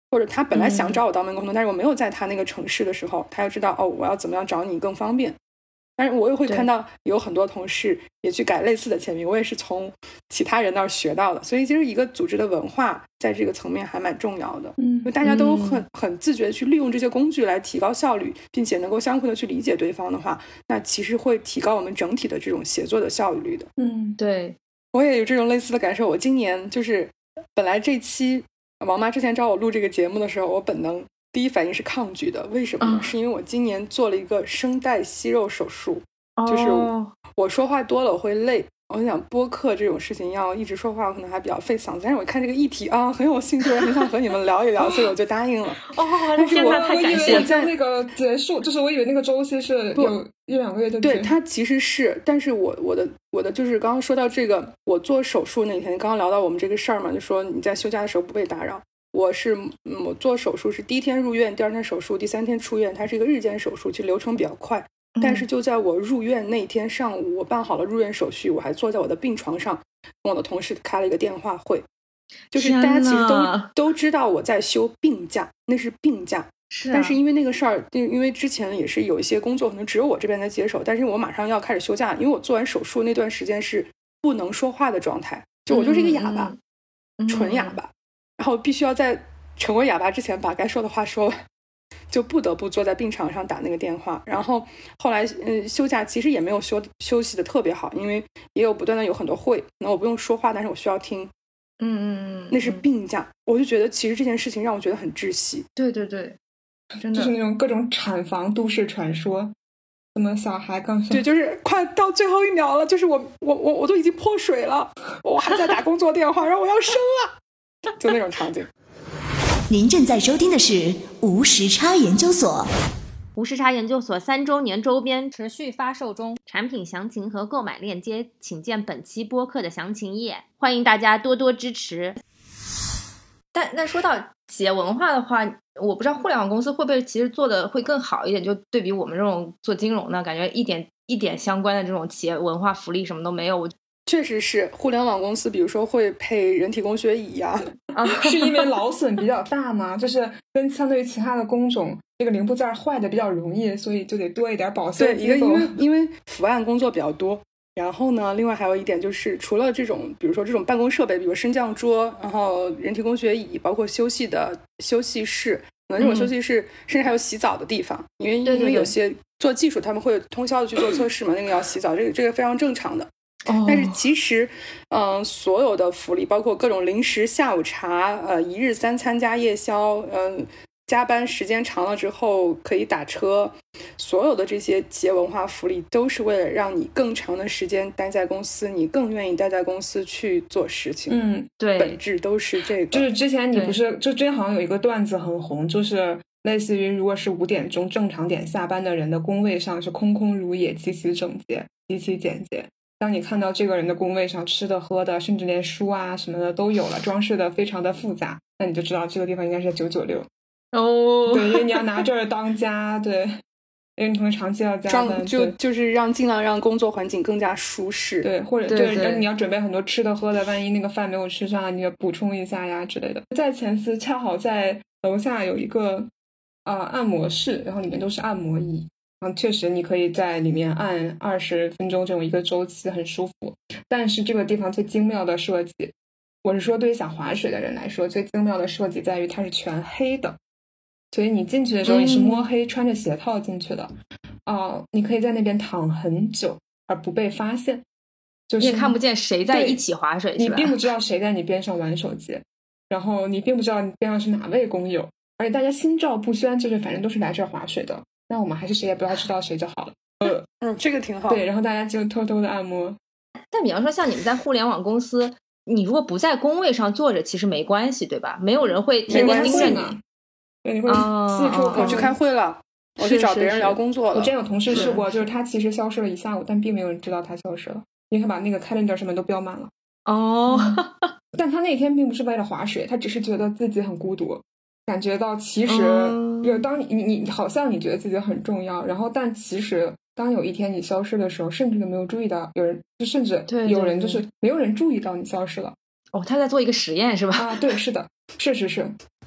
C: 或者他本来想找我当门口通，但是我没有在他那个城市的时候，他就知道我要怎么样找你更方便。但是我也会看到有很多同事也去改类似的签名，我也是从其他人那儿学到的。所以其实一个组织的文化在这个层面还蛮重要的，因为大家都很自觉去利用这些工具来提高效率，并且能够相互的去理解对方的话，那其实会提高我们整体的这种协作的效率的。
B: 对，
C: 我也有这种类似的感受。我今年就是本来这期王妈之前找我录这个节目的时候，我本能第一反应是抗拒的。为什么呢？是因为我今年做了一个声带息肉手术，就是我说话多了我会累。我想播客这种事情要一直说话可能还比较费嗓子，但是我看这个议题很有兴趣，很想和你们聊一聊，所以我就答应了。
B: 但是我以
A: 为在那个结束，就是我以为那个周期是有1-2个月的。
C: 对，它其实是，但是我的就是刚刚说到这个，我做手术那天刚刚聊到我们这个事儿嘛，就说你在休假的时候不被打扰。我做手术是第一天入院，第2天手术，第3天出院，它是一个日间手术，其实流程比较快。但是就在我入院那天上午，我办好了入院手续，我还坐在我的病床上跟我的同事开了一个电话会，就是大家其实都知道我在休病假，那是病假。但是因为那个事儿，因为之前也是有一些工作可能只有我这边在接手，但是我马上要开始休假，因为我做完手术那段时间是不能说话的状态，就我就是一个哑巴，纯哑巴，然后必须要在成为哑巴之前把该说的话说完，就不得不坐在病床上打那个电话。然后后来休假其实也没有休息的特别好，因为也有不断的有很多会，那我不用说话，但是我需要听。那是病假。我就觉得其实这件事情让我觉得很窒息。
B: 对对对，真的
A: 就是那种各种产房都市传说，什么小孩刚生，
C: 对，就是快到最后1秒了，就是我都已经破水了，我还在打工作电话，然后我要生了，就那种场景。
D: 您正在收听的是无时差研究所。
B: 无时差研究所3周年周边持续发售中，产品详情和购买链接请见本期播客的详情页，欢迎大家多多支持。但说到企业文化的话，我不知道互联网公司会不会其实做的会更好一点，就对比我们这种做金融的，感觉一点相关的这种企业文化福利什么都没有。
C: 确实是互联网公司比如说会配人体工学椅
A: 是因为劳损比较大吗？就是跟相对于其他的工种这个零部件坏的比较容易，所以就得多一点保修机构。
C: 对，因为伏案工作比较多。然后呢，另外还有一点就是，除了这种比如说这种办公设备，比如升降桌，然后人体工学椅，包括休息室，可能这种休息室甚至还有洗澡的地方，因为有些做技术他们会通宵的去做测试嘛，那个要洗澡，这个非常正常的。但是其实所有的福利包括各种零食、下午茶、一日3餐加夜宵，加班时间长了之后可以打车，所有的这些企业文化福利都是为了让你更长的时间待在公司，你更愿意待在公司去做事情。
B: 对，
C: 本质都是这个。
A: 就是之前你不是就之前好像有一个段子很红，就是类似于如果是5点钟正常点下班的人的工位上是空空如也，极其整洁，极其简洁。当你看到这个人的工位上吃的喝的甚至连书啊什么的都有了，装饰的非常的复杂，那你就知道这个地方应该是996。对，因为你要拿这儿当家。对，因为你会长期要加班，
C: 就是尽量让工作环境更加舒适。
A: 对，或者对你要准备很多吃的喝的，万一那个饭没有吃上，你要补充一下呀之类的。在前司恰好在楼下有一个按摩室，然后里面都是按摩椅，然后确实你可以在里面按20分钟这种一个周期，很舒服。但是这个地方最精妙的设计，我是说对于想滑水的人来说，最精妙的设计在于它是全黑的。所以你进去的时候你是摸黑穿着鞋套进去的。你可以在那边躺很久而不被发现，就是
B: 你也看不见谁在一起划水，
A: 你并不知道谁在你边上玩手机，然后你并不知道你边上是哪位工友，而且大家心照不宣，就是反正都是来这儿划水的，那我们还是谁也不要知道谁就好了。
C: 这个挺好。
A: 对，然后大家就偷偷的按摩。
B: 但比方说像你们在互联网公司，你如果不在工位上坐着其实没关系，对吧？没有人会天天盯着你。
A: 对，你会四处
C: 我去开会了，我去找别人聊工作了。
A: 我之前有同事试过，就是他其实消失了1下午，但并没有人知道他消失了，因为他把那个 calendar 上面都标满了。但他那天并不是为了划水，他只是觉得自己很孤独，感觉到其实当你好像你觉得自己很重要，然后但其实当有一天你消失的时候，甚至都没有注意到有人，就甚至有人就是没有人注意到你消失了。
B: 他在做一个实验是吧？
A: 对，是的，是。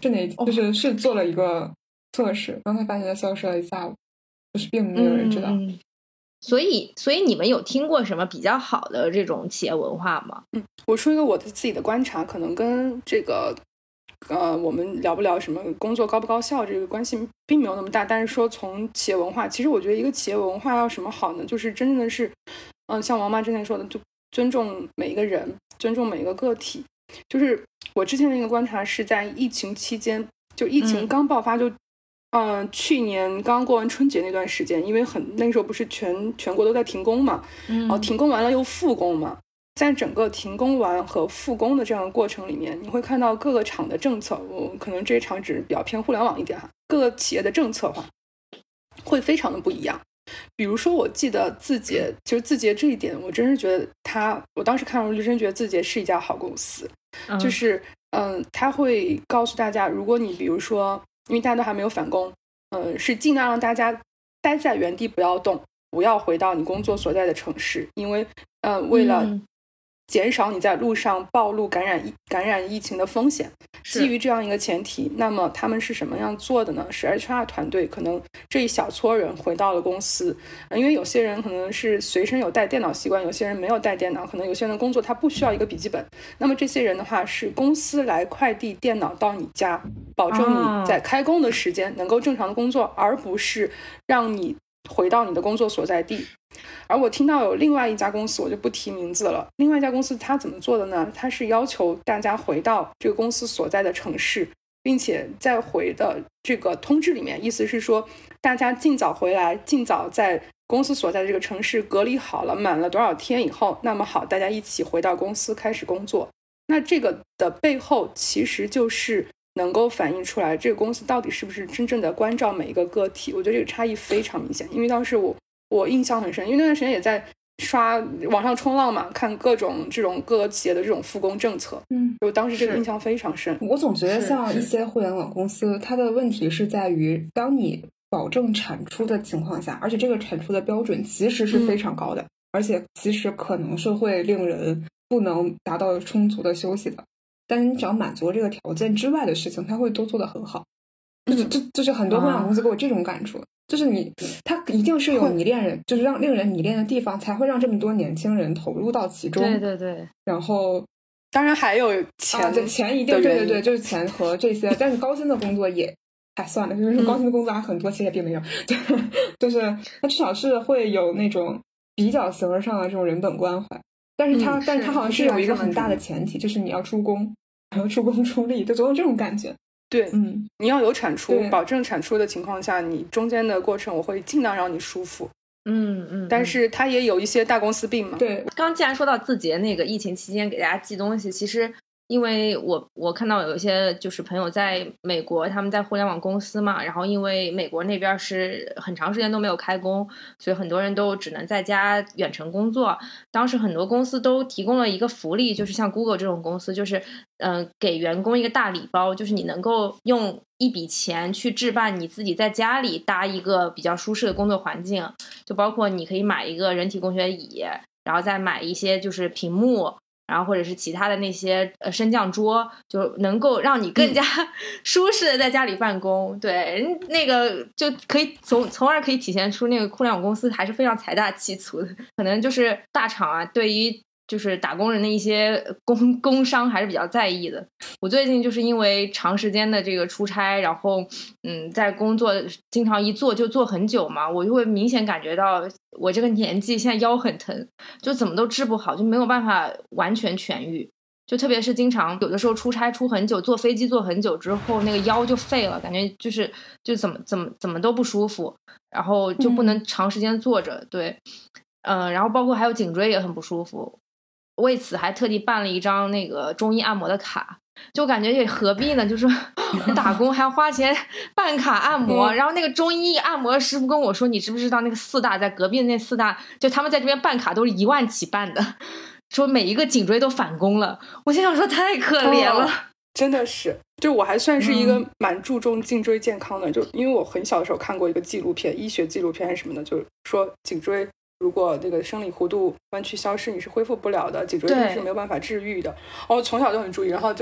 A: 是做了一个测试，刚才发现它消失了一下午，就是并没有人知道。
B: 所以你们有听过什么比较好的这种企业文化吗？
C: 我说一个我自己的观察，可能跟这个我们聊不聊什么工作高不高效这个关系并没有那么大，但是说从企业文化，其实我觉得一个企业文化要什么好呢？就是真正的是像王妈之前说的，就尊重每一个人，尊重每一个个体。就是我之前的一个观察是在疫情期间，就疫情刚爆发，就去年刚过完春节那段时间，因为那个时候不是全国都在停工嘛，然后停工完了又复工嘛，在整个停工完和复工的这样的过程里面，你会看到各个厂的政策，我可能这一场只是比较偏互联网一点哈，各个企业的政策化会非常的不一样。比如说我记得字节，其实字节这一点我真是觉得我当时看到就真觉得字节是一家好公司，就是他会告诉大家，如果你比如说因为大家都还没有返工，是尽量让大家待在原地不要动，不要回到你工作所在的城市，因为为了减少你在路上暴露感染疫情的风险，基于这样一个前提，那么他们是什么样做的呢？是 HR 团队可能这一小撮人回到了公司，因为有些人可能是随身有带电脑习惯，有些人没有带电脑，可能有些人的工作他不需要一个笔记本，那么这些人的话是公司来快递电脑到你家，保证你在开工的时间能够正常的工作，而不是让你回到你的工作所在地。而我听到有另外一家公司，我就不提名字了，另外一家公司它怎么做的呢？它是要求大家回到这个公司所在的城市，并且在回的这个通知里面，意思是说大家尽早回来，尽早在公司所在的这个城市隔离好了，满了多少天以后，那么好，大家一起回到公司开始工作。那这个的背后其实就是能够反映出来这个公司到底是不是真正的关照每一个个体。我觉得这个差异非常明显，因为当时我印象很深，因为那段时间也在刷网上冲浪嘛，看各种这种各个企业的这种复工政策，我当时这个印象非常深。
A: 我总觉得像一些互联网公司，它的问题是在于当你保证产出的情况下，而且这个产出的标准其实是非常高的，而且其实可能是会令人不能达到充足的休息的，但是你只要满足这个条件之外的事情，它会都做得很好。就是很多互联网公司给我这种感触，就是它一定是有迷恋人，就是令人迷恋的地方，才会让这么多年轻人投入到其中。
B: 对。
A: 然后
C: 当然还有
A: 钱一定对，就是钱和这些，但是高薪的工作也还算了，就是高薪的工作还很多，其实也并没有，就是它至少是会有那种比较形而上的这种人本关怀，但是它好像是有一个很大的前提，就是你要出工，然后出工出力，就总有这种感觉。
C: 对，你要有产出，保证产出的情况下，你中间的过程我会尽量让你舒服。但是它也有一些大公司病嘛。
A: 对，
B: 刚既然说到字节那个疫情期间给大家寄东西，其实因为我看到有一些就是朋友在美国，他们在互联网公司嘛，然后因为美国那边是很长时间都没有开工，所以很多人都只能在家远程工作。当时很多公司都提供了一个福利，就是像 Google 这种公司，就是给员工一个大礼包，就是你能够用一笔钱去置办你自己在家里搭一个比较舒适的工作环境，就包括你可以买一个人体工学椅，然后再买一些就是屏幕，然后或者是其他的那些升降桌，就能够让你更加舒适的在家里办公。对，那个就可以从而可以体现出那个互联网公司还是非常财大气粗的。可能就是大厂啊，对于就是打工人的一些工伤还是比较在意的。我最近就是因为长时间的这个出差，然后在工作经常一坐就坐很久嘛，我就会明显感觉到我这个年纪现在腰很疼，就怎么都治不好，就没有办法完全痊愈。就特别是经常有的时候出差出很久，坐飞机坐很久之后，那个腰就废了，感觉就怎么都不舒服，然后就不能长时间坐着。对，然后包括还有颈椎也很不舒服。为此还特地办了一张那个中医按摩的卡，就感觉也何必呢，就是打工还要花钱办卡按摩。然后那个中医按摩师傅跟我说，你知不知道那个四大在隔壁那四大，就他们在这边办卡都是1万起办的，说每一个颈椎都返工了。我心想说太可怜了，
C: 真的是。就我还算是一个蛮注重颈椎健康的，就因为我很小的时候看过一个纪录片，医学纪录片还是什么的，就是说颈椎如果这个生理弧度弯曲消失，你是恢复不了的，颈椎病是没有办法治愈的。我从小就很注意，然后就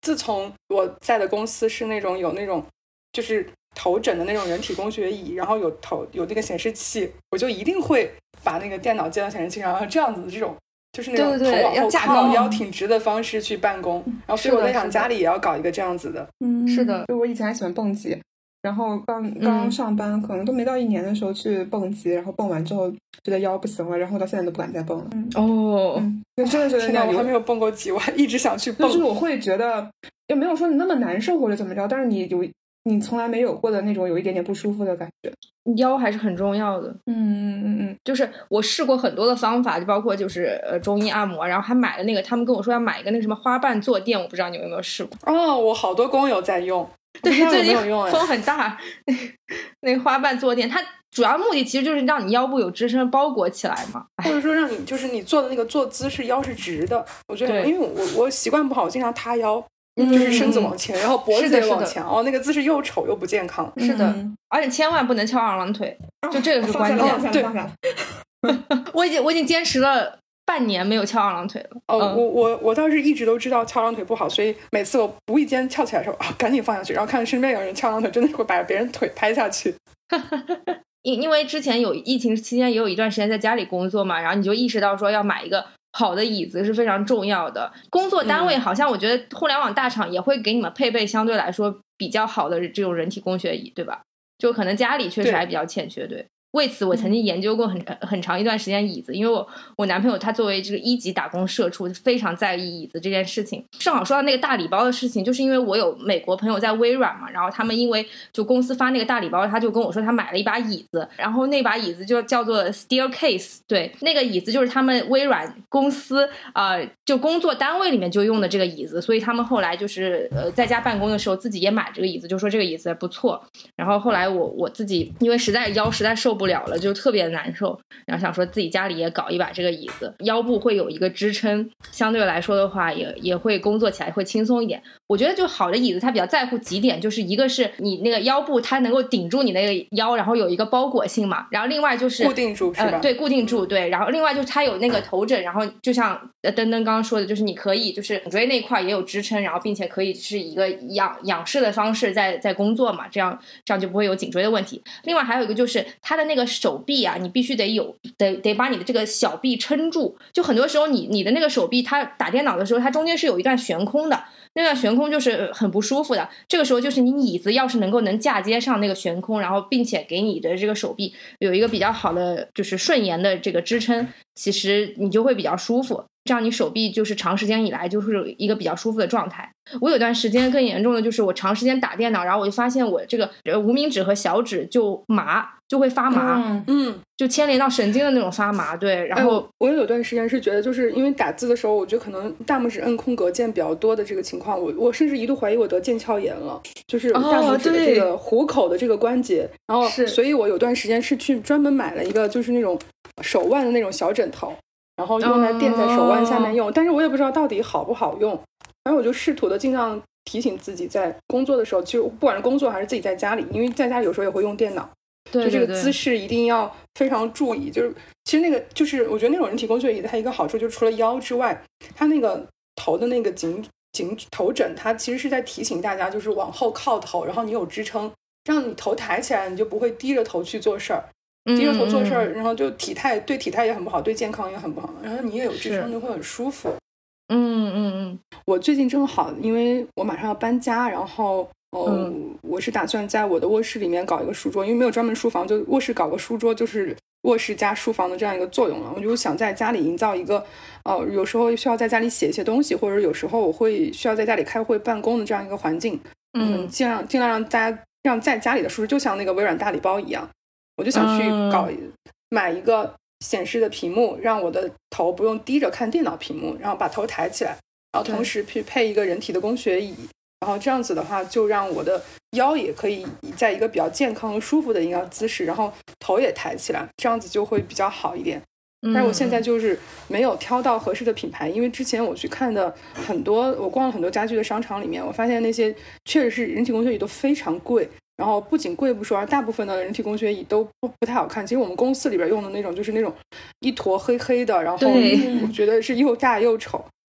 C: 自从我在的公司是那种有那种就是头枕的那种人体工学椅，然后有那个显示器，我就一定会把那个电脑接到显示器上，然后这样子的这种就是那种头往后靠腰挺直的方式去办公。然后所以我在想家里也要搞一个这样子的。
B: 是的，
A: 就我以前还喜欢蹦极，然后刚上班可能都没到1年的时候去蹦极，然后蹦完之后觉得腰不行了，然后到现在都不敢再蹦了。就真的是
C: 天哪，我还没有蹦过极，我还一直想去蹦。
A: 就是我会觉得也没有说你那么难受或者怎么着，但是你从来没有过的那种有一点点不舒服的感觉。
B: 腰还是很重要的。就是我试过很多的方法，就包括就是中医按摩，然后还买了那个，他们跟我说要买一个那个什么花瓣坐垫，我不知道你们有没有试过。
C: 我好多工友在用。
B: 对，最近
C: 用
B: 风很大。那个花瓣坐垫它主要目的其实就是让你腰部有支撑包裹起来嘛，
C: 或者说让你就是你做的那个坐姿是腰是直的。我觉得因为我习惯不好，我经常塌腰，就是身子往前，然后脖子也往前，那个姿势又丑又不健康。
B: 是的，而且千万不能翘二郎腿，就这个是关键。
A: 对，
B: 我已经坚持了半年没有翘二郎腿了。
C: 我倒是一直都知道翘二郎腿不好，所以每次我无意间翘起来的时候赶紧放下去，然后看身边有人翘二郎腿，真的是会把别人腿拍下去。
B: 因为之前有疫情期间也有一段时间在家里工作嘛，然后你就意识到说要买一个好的椅子是非常重要的。工作单位好像我觉得互联网大厂也会给你们配备相对来说比较好的这种人体工学椅，对吧？就可能家里确实还比较欠缺。对，为此我曾经研究过很长一段时间椅子，因为我男朋友他作为这个1级打工社畜非常在意椅子这件事情。正好说到那个大礼包的事情，就是因为我有美国朋友在微软嘛，然后他们因为就公司发那个大礼包，他就跟我说他买了一把椅子，然后那把椅子就叫做 Steelcase。 对，那个椅子就是他们微软公司就工作单位里面就用的这个椅子，所以他们后来就是在家办公的时候自己也买这个椅子，就说这个椅子不错。然后后来我自己因为腰实在受不了了，就特别难受，然后想说自己家里也搞一把这个椅子，腰部会有一个支撑，相对来说的话也会工作起来会轻松一点。我觉得就好的椅子它比较在乎几点，就是一个是你那个腰部它能够顶住你那个腰，然后有一个包裹性嘛，然后另外就是
C: 固定住是吧？
B: 对，固定住。对，然后另外就是它有那个头枕，然后就像登登刚刚说的，就是你可以就是颈椎那块也有支撑，然后并且可以是一个仰视的方式在工作嘛，这样就不会有颈椎的问题。另外还有一个就是它的那个手臂啊，你必须得把你的这个小臂撑住。就很多时候你的那个手臂它打电脑的时候它中间是有一段悬空的，那段悬空就是很不舒服的。这个时候就是你椅子要是能嫁接上那个悬空，然后并且给你的这个手臂有一个比较好的就是顺延的这个支撑，其实你就会比较舒服，这样你手臂就是长时间以来就是一个比较舒服的状态。我有段时间更严重的就是我长时间打电脑，然后我就发现我这个无名指和小指就会发麻，就牵连到神经的那种发麻。对，然后
C: 我有段时间是觉得就是因为打字的时候我觉得可能大拇指摁空格键比较多的这个情况，我甚至一度怀疑我得腱鞘炎了，就是大拇指的这个虎口的这个关节。然后所以我有段时间是去专门买了一个就是那种手腕的那种小枕头，然后用来垫在手腕下面用，但是我也不知道到底好不好用。然后我就试图的尽量提醒自己在工作的时候，其实不管是工作还是自己在家里，因为在家有时候也会用电脑，
B: 对，
C: 就这个姿势一定要非常注意。就是其实那个就是我觉得那种人体工学椅它一个好处就是除了腰之外，它那个头的那个头枕，它其实是在提醒大家就是往后靠头，然后你有支撑，让你头抬起来，你就不会低着头去做事儿。低着头做事儿，然后就对体态也很不好，对健康也很不好，然后你也有支撑就会很舒服。我最近正好因为我马上要搬家，然后我是打算在我的卧室里面搞一个书桌，因为没有专门书房，就卧室搞个书桌，就是卧室加书房的这样一个作用了。我就想在家里营造一个有时候需要在家里写一些东西，或者有时候我会需要在家里开会办公的这样一个环境。尽量让大家让在家里的舒适，就像那个微软大礼包一样，我就想去买一个显示的屏幕，让我的头不用低着看电脑屏幕，然后把头抬起来，然后同时去配一个人体的工学椅，然后这样子的话就让我的腰也可以在一个比较健康和舒服的一个姿势，然后头也抬起来，这样子就会比较好一点。但是我现在就是没有挑到合适的品牌，因为之前我去看的我逛了很多家居的商场里面，我发现那些确实是人体工学椅都非常贵，然后不仅贵不说，而大部分的人体工学椅都不太好看。其实我们公司里边用的那种就是那种一坨黑黑的，然后我觉得是又大又丑。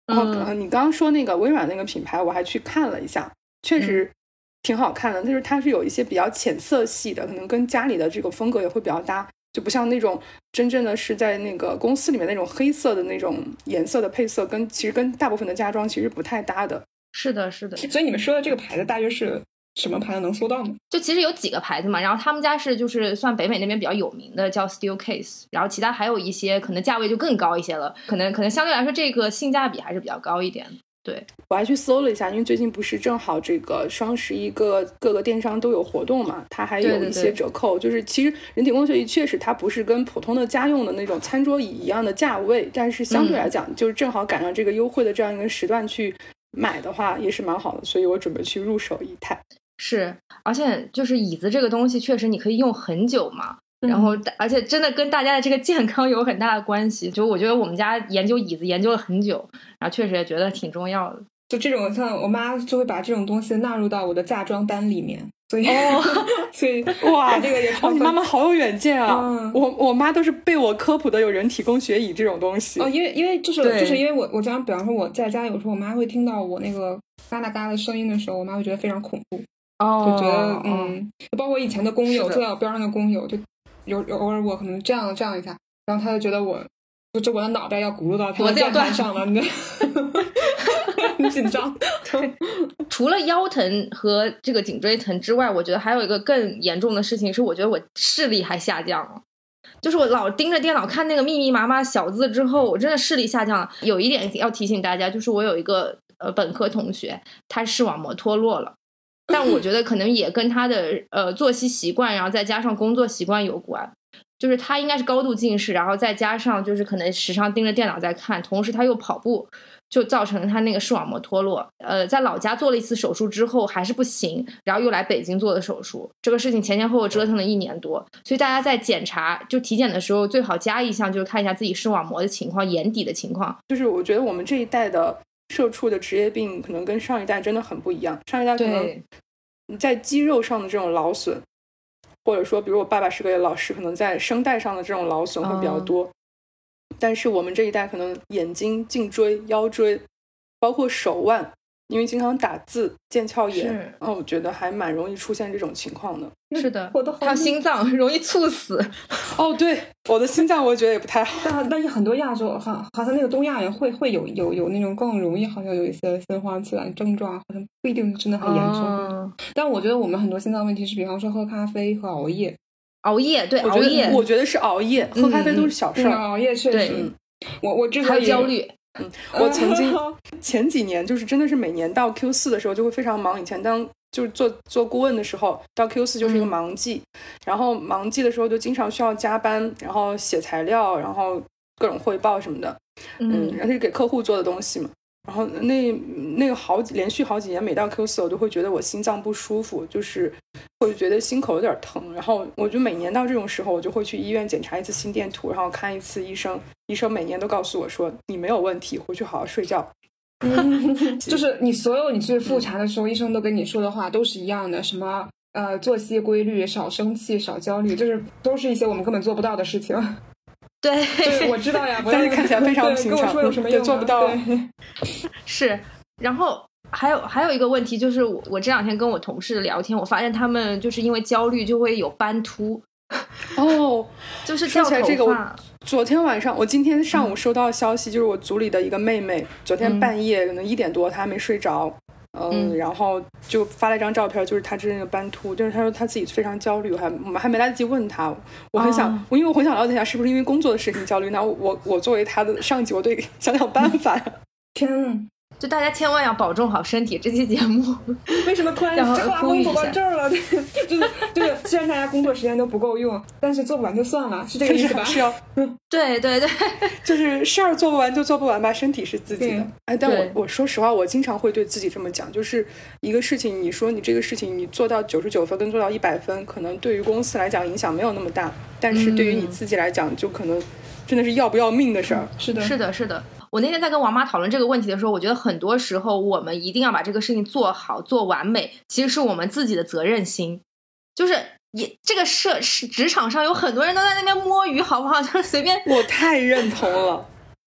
C: 然后你刚刚说那个微软那个品牌，我还去看了一下，确实挺好看的。就是它是有一些比较浅色系的，可能跟家里的这个风格也会比较搭，就不像那种真正的是在那个公司里面那种黑色的那种颜色的配色，其实跟大部分的家装其实不太搭的。
B: 是的，是的。
A: 所以你们说的这个牌子大约是什么牌子，能搜到吗？
B: 就其实有几个牌子嘛，然后他们家是就是算北美那边比较有名的，叫 Steelcase， 然后其他还有一些可能价位就更高一些了，可能相对来说这个性价比还是比较高一点。对，
C: 我还去搜了一下，因为最近不是正好这个双11各个电商都有活动嘛，它还有一些折扣。就是其实人体工学椅确实它不是跟普通的家用的那种餐桌椅一样的价位，但是相对来讲，就是正好赶上这个优惠的这样一个时段去买的话也是蛮好的，所以我准备去入手一台。
B: 是，而且就是椅子这个东西确实你可以用很久嘛，然后而且真的跟大家的这个健康有很大的关系。就我觉得我们家研究椅子研究了很久，然后确实也觉得挺重要的。
A: 就这种像我妈就会把这种东西纳入到我的嫁妆单里面，所以所以
C: 哇，
A: 这个也
C: 你妈妈好有远见啊！我妈都是被我科普的有人体工学椅这种东西。
A: 因为就是因为我这样，比方说我在家有时候我妈会听到我那个嘎哒嘎的声音的时候，我妈会觉得非常恐怖。就觉得包括以前的工友坐在我边上的工友，就偶尔我可能这样一下，然后他就觉得我的脑袋要轱辘到他的键盘上了，你很紧张。
B: 除了腰疼和这个颈椎疼之外，我觉得还有一个更严重的事情是，我觉得我视力还下降了。就是我老盯着电脑看那个密密麻麻小字之后，我真的视力下降了。有一点要提醒大家，就是我有一个本科同学，他视网膜脱落了。但我觉得可能也跟他的作息习惯，然后再加上工作习惯有关。就是他应该是高度近视，然后再加上就是可能时常盯着电脑在看，同时他又跑步，就造成了他那个视网膜脱落。在老家做了一次手术之后还是不行，然后又来北京做的手术。这个事情前后折腾了1年多，所以大家在检查就体检的时候最好加一项，就是看一下自己视网膜的情况、眼底的情况。
C: 就是我觉得我们这一代的社畜的职业病可能跟上一代真的很不一样。上一代可能在肌肉上的这种劳损，或者说比如我爸爸是个老师，可能在声带上的这种劳损会比较多。但是我们这一代可能眼睛、颈椎、腰椎包括手腕，因为经常打字腱鞘炎，我觉得还蛮容易出现这种情况的。
B: 是的，还有心脏容易猝死。对，
C: 我的心脏我觉得也不太好。
A: 但是很多亚洲好像那个东亚人会有那种更容易，好像有一些心慌气短症状，好像不一定真的很严重。但我觉得我们很多心脏问题是，比方说喝咖啡和熬夜。
B: 对，熬夜，
C: 我觉得是熬夜，喝咖啡都是小事。
A: 熬夜确实，我之前
B: 还有焦虑。
C: 我曾经前几年就是真的是每年到 Q4 的时候就会非常忙。以前就是做顾问的时候，到 Q4 就是一个忙季，然后忙季的时候就经常需要加班，然后写材料，然后各种汇报什么的，然后是给客户做的东西嘛。然后那个连续好几年，每到 Q4 我都会觉得我心脏不舒服，就是会觉得心口有点疼。然后我就每年到这种时候，我就会去医院检查一次心电图，然后看一次医生。医生每年都告诉我说你没有问题，回去好好睡觉。
A: 就是你去复查的时候，医生都跟你说的话都是一样的，什么作息规律，少生气，少焦虑，就是都是一些我们根本做不到的事情。
B: 对，
A: 我知道呀，
C: 但是看起来非常平常，
A: 有什么用？
C: 做不到。
B: 是，然后还有一个问题就是，我这两天跟我同事聊天，我发现他们就是因为焦虑就会有斑秃。就是掉头发。说起来这个，
C: 昨天晚上，我今天上午收到消息，就是我组里的一个妹妹，昨天半夜可能1点多，她还没睡着。然后就发了一张照片，就是他这个斑秃，就是他说他自己非常焦虑，我们还没来得及问他，我很想，因为我很想了解一下是不是因为工作的事情焦虑，那我作为他的上级，我得想想办法呀。
A: 天，
B: 就大家千万要保重好身体。这期节目
A: 为什么突然这话风走到这儿了？就是虽然大家工作时间都不够用，但是做不完就算了，是这个意思吧？
C: 是啊，
B: 对，
C: 就是事儿做不完就做不完吧，身体是自己的。但我说实话，我经常会对自己这么讲，就是一个事情，你说你这个事情你做到99分跟做到100分，可能对于公司来讲影响没有那么大，但是对于你自己来讲，就可能真的是要不要命的事儿。
A: 是
B: 的。我那天在跟王妈讨论这个问题的时候，我觉得很多时候我们一定要把这个事情做好做完美，其实是我们自己的责任心。就是这个职场上有很多人都在那边摸鱼，好不好？就是随便。
C: 我太认同了。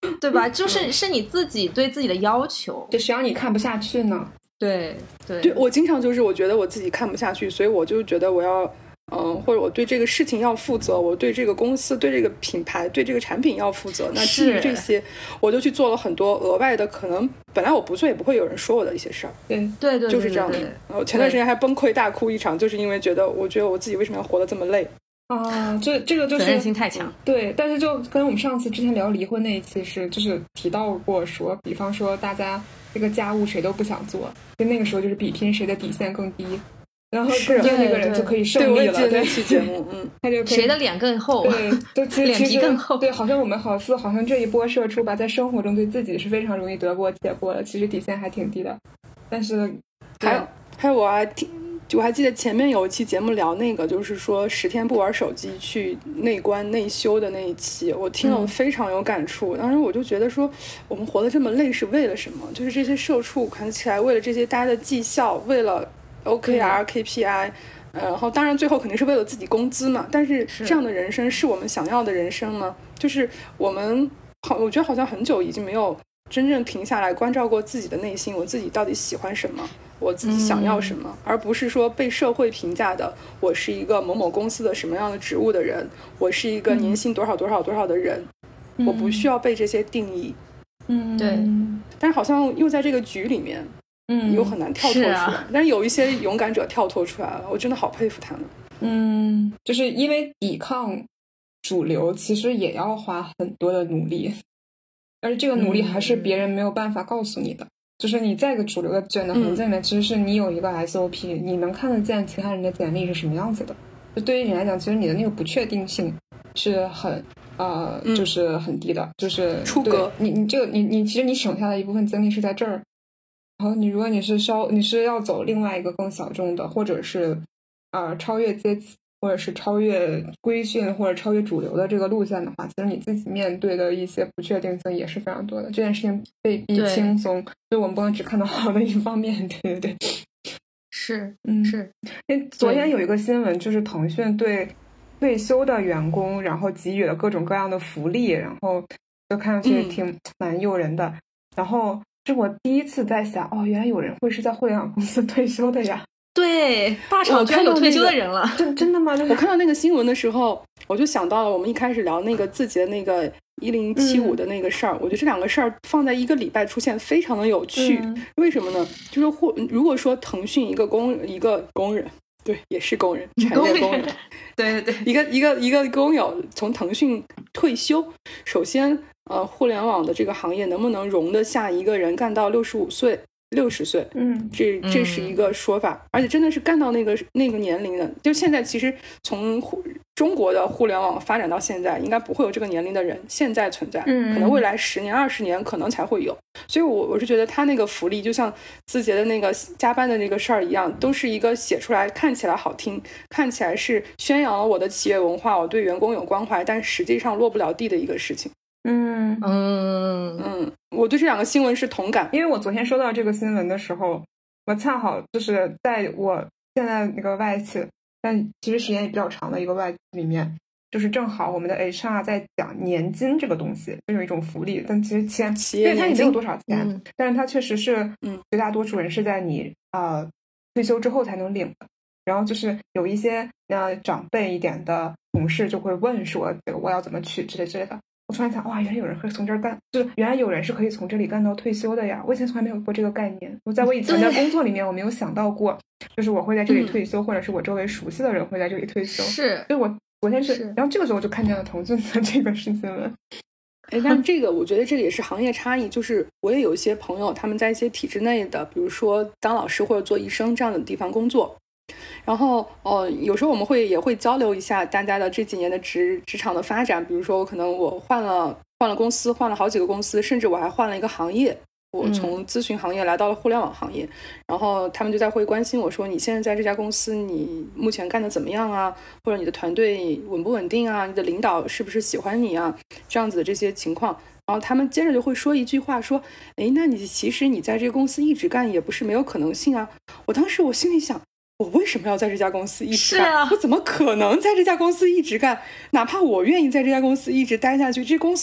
B: 对吧？是你自己对自己的要求，
A: 就谁让你看不下去呢？
B: 对对
C: 对，我经常就是我觉得我自己看不下去，所以我就觉得我要或者我对这个事情要负责，我对这个公司、对这个品牌、对这个产品要负责。那基于这些，我就去做了很多额外的，可能本来我不做也不会有人说我的一些事儿。
B: 对，
C: 就是这样的。我前段时间还崩溃大哭一场，就是因为觉得我自己为什么要活得这么累
A: 啊？这个就是
B: 责任心太强。
A: 对，但是就跟我们上次之前聊离婚那一期就是提到过说，比方说大家这个家务谁都不想做，就那个时候就是比拼谁的底线更低，然后更低的那个人就可以胜利了。
C: 对，那期节目，
A: 他就
B: 谁的脸更厚，
A: 对，就
B: 脸皮更厚。
A: 对，好像我们好像这一波社畜吧，在生活中对自己是非常容易得过且过的，其实底线还挺低的。但是
C: 还有我还记得前面有一期节目聊那个，就是说10天不玩手机去内观内修的那一期，我听了我非常有感触。当时我就觉得说，我们活得这么累是为了什么？就是这些社畜看起来为了这些大家的绩效，为了 OKR KPI，然后当然最后肯定是为了自己工资嘛。但是这样的人生是我们想要的人生吗？就是我觉得好像很久已经没有真正停下来关照过自己的内心，我自己到底喜欢什么，我自己想要什么，而不是说被社会评价的我是一个某某公司的什么样的职务的人，我是一个年薪多少多少多少的人，我不需要被这些定义。
B: 对。
C: 但是好像又在这个局里面，又很难跳脱出来。但是有一些勇敢者跳脱出来了，我真的好佩服他们。
A: 就是因为抵抗主流，其实也要花很多的努力。而且这个努力还是别人没有办法告诉你的，就是你在一个主流的卷的环境里面，其实是你有一个 SOP，你能看得见其他人的简历是什么样子的。就对于你来讲，其实你的那个不确定性是很就是很低的，就是
C: 出格。
A: 你其实你省下的一部分精力是在这儿，然后如果你是要走另外一个更小众的，或者是超越阶级，或者是超越规训或者超越主流的这个路线的话，其实你自己面对的一些不确定性也是非常多的。这件事情未必轻松，所以我们不能只看到好的一方面。对，
B: 是。
A: 因为昨天有一个新闻，就是腾讯对退休的员工然后给予了各种各样的福利，然后就看上去蛮诱人的。然后是我第一次在想，原来有人会是在互联网公司退休的呀。
B: 对，大厂居然有退休的人了。
A: 真的吗？
C: 我看到那个新闻的时候，我就想到了我们一开始聊那个字节那个1075的那个事儿。我觉得这两个事儿放在一个礼拜出现非常的有趣。为什么呢？就是如果说腾讯一个工人，对，也是工人，产业工人，
B: 对，
C: 一个工友从腾讯退休，首先互联网的这个行业能不能容得下一个人干到65岁60岁，这是一个说法，而且真的是干到那个年龄的，就现在其实从中国的互联网发展到现在，应该不会有这个年龄的人现在存在，可能未来10年20年可能才会有。所以我是觉得他那个福利就像字节的那个加班的那个事儿一样，都是一个写出来看起来好听，看起来是宣扬了我的企业文化，我对员工有关怀，但实际上落不了地的一个事情。我对这两个新闻是同感。
A: 因为我昨天收到这个新闻的时候，我恰好就是在我现在那个外企，但其实时间也比较长的一个外企里面，就是正好我们的 HR 在讲年金这个东西，就有一种福利，但其实因为它也没有多少钱，但是它确实是绝大多数人是在你退休之后才能领的。然后就是有一些长辈一点的同事就会问说，这个我要怎么取之类的。我突然想，原来有人可以从这儿干，就是原来有人是可以从这里干到退休的呀！我以前从来没有过这个概念。在我以前的工作里面，我没有想到过，就是我会在这里退休，或者是我周围熟悉的人会在这里退休。
B: 是，
A: 就我昨天然后这个时候我就看见了腾讯的这个新闻。
C: 但这个我觉得这里也是行业差异，就是我也有一些朋友，他们在一些体制内的，比如说当老师或者做医生这样的地方工作。然后有时候我们也会交流一下大家的这几年的职场的发展，比如说可能我换了公司，换了好几个公司，甚至我还换了一个行业，我从咨询行业来到了互联网行业。然后他们就会关心我说，你现在在这家公司你目前干的怎么样啊，或者你的团队稳不稳定啊，你的领导是不是喜欢你啊，这样子的这些情况。然后他们接着就会说一句话说，那其实你在这个公司一直干也不是没有可能性啊。当时我心里想，我为什么要在这家公司一直干？我怎么可能在这家公司一直干？哪怕我愿意在这家公司一直待下去，这公司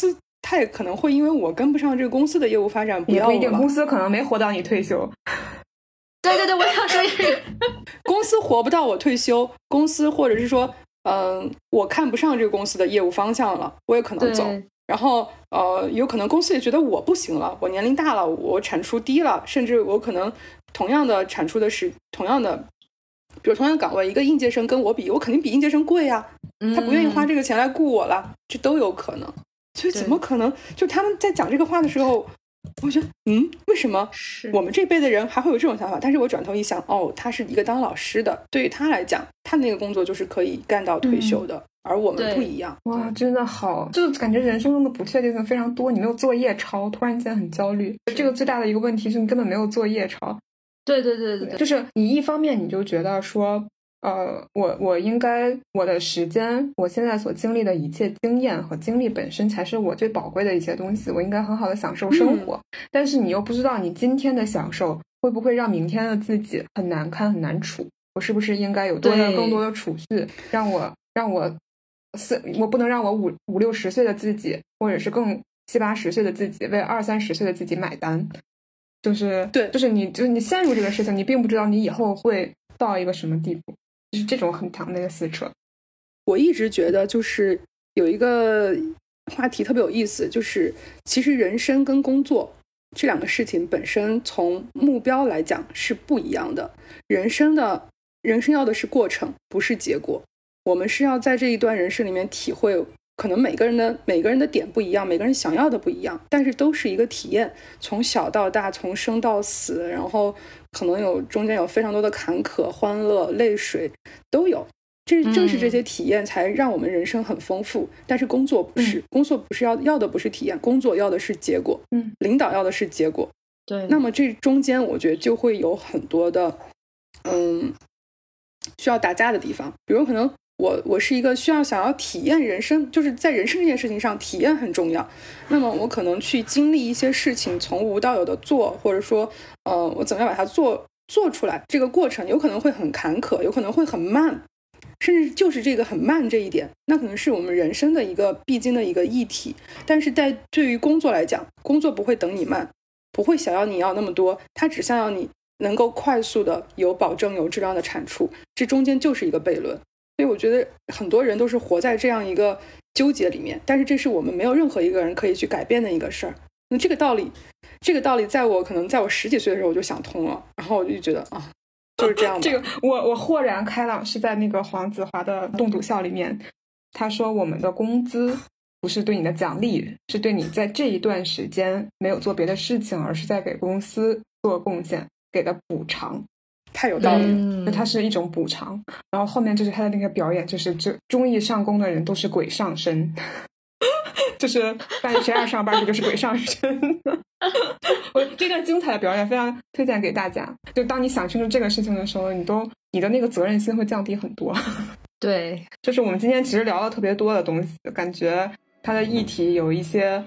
C: 他也可能会因为我跟不上这个公司的业务发展不要我了，
A: 也不一定，公司可能没活到你退休。
B: 对对对，我想说这个，
C: 公司活不到我退休，公司或者是说我看不上这个公司的业务方向了，我也可能走。然后有可能公司也觉得我不行了，我年龄大了，我产出低了，甚至我可能同样的产出的是同样的，比如同样的岗位，一个应届生跟我比，我肯定比应届生贵啊，他不愿意花这个钱来雇我了，这都有可能。所以怎么可能？就他们在讲这个话的时候，我觉得为什么我们这辈的人还会有这种想法？但是我转头一想，他是一个当老师的，对于他来讲，他那个工作就是可以干到退休的。而我们不一样。
A: 哇，真的好，就感觉人生中的不确定性非常多，你没有作业抄，突然间很焦虑。这个最大的一个问题是你根本没有作业抄。
B: 对对对对对，
A: 就是你一方面你就觉得说我应该我的时间，我现在所经历的一切经验和经历本身才是我最宝贵的一些东西，我应该很好的享受生活。但是你又不知道你今天的享受会不会让明天的自己很难堪很难处，我是不是应该有更多的储蓄，让我不能让我五六十岁的自己，或者是更七八十岁的自己为20-30岁的自己买单。就是
C: 对，
A: 就是你陷入这个事情，你并不知道你以后会到一个什么地步，就是这种很强烈的撕扯。
C: 我一直觉得就是有一个话题特别有意思，就是其实人生跟工作这两个事情本身从目标来讲是不一样的。人生要的是过程，不是结果。我们是要在这一段人生里面体会，可能每个人的点不一样，每个人想要的不一样，但是都是一个体验，从小到大，从生到死，然后可能中间有非常多的坎坷、欢乐、泪水都有。这正是这些体验才让我们人生很丰富。但是工作不是，工作不是要的不是体验，工作要的是结果。领导要的是结果。
B: 对，
C: 那么这中间我觉得就会有很多的需要打架的地方。比如可能我是一个想要体验人生，就是在人生这件事情上体验很重要，那么我可能去经历一些事情，从无到有的做，或者说我怎么样把它做出来，这个过程有可能会很坎坷，有可能会很慢，甚至就是这个很慢这一点，那可能是我们人生的一个必经的一个议题。但是对于工作来讲，工作不会等你慢，不会想要你要那么多，它只想要你能够快速的有保证有质量的产出，这中间就是一个悖论。所以我觉得很多人都是活在这样一个纠结里面，但是这是我们没有任何一个人可以去改变的一个事儿。那这个道理在我10几岁的时候我就想通了，然后我就觉得就是这样的。
A: 这个我豁然开朗是在那个黄子华的《冻笃笑》里面，他说我们的工资不是对你的奖励，是对你在这一段时间没有做别的事情，而是在给公司做贡献给的补偿。
C: 太有道理
A: 了，它是一种补偿。然后后面就是他的那个表演，就是忠义上工的人都是鬼上身，就是但是谁爱上班就是鬼上身。我这段精彩的表演非常推荐给大家。就当你想清楚这个事情的时候，你的那个责任心会降低很多。
B: 对，
A: 就是我们今天其实聊了特别多的东西，感觉它的议题有一些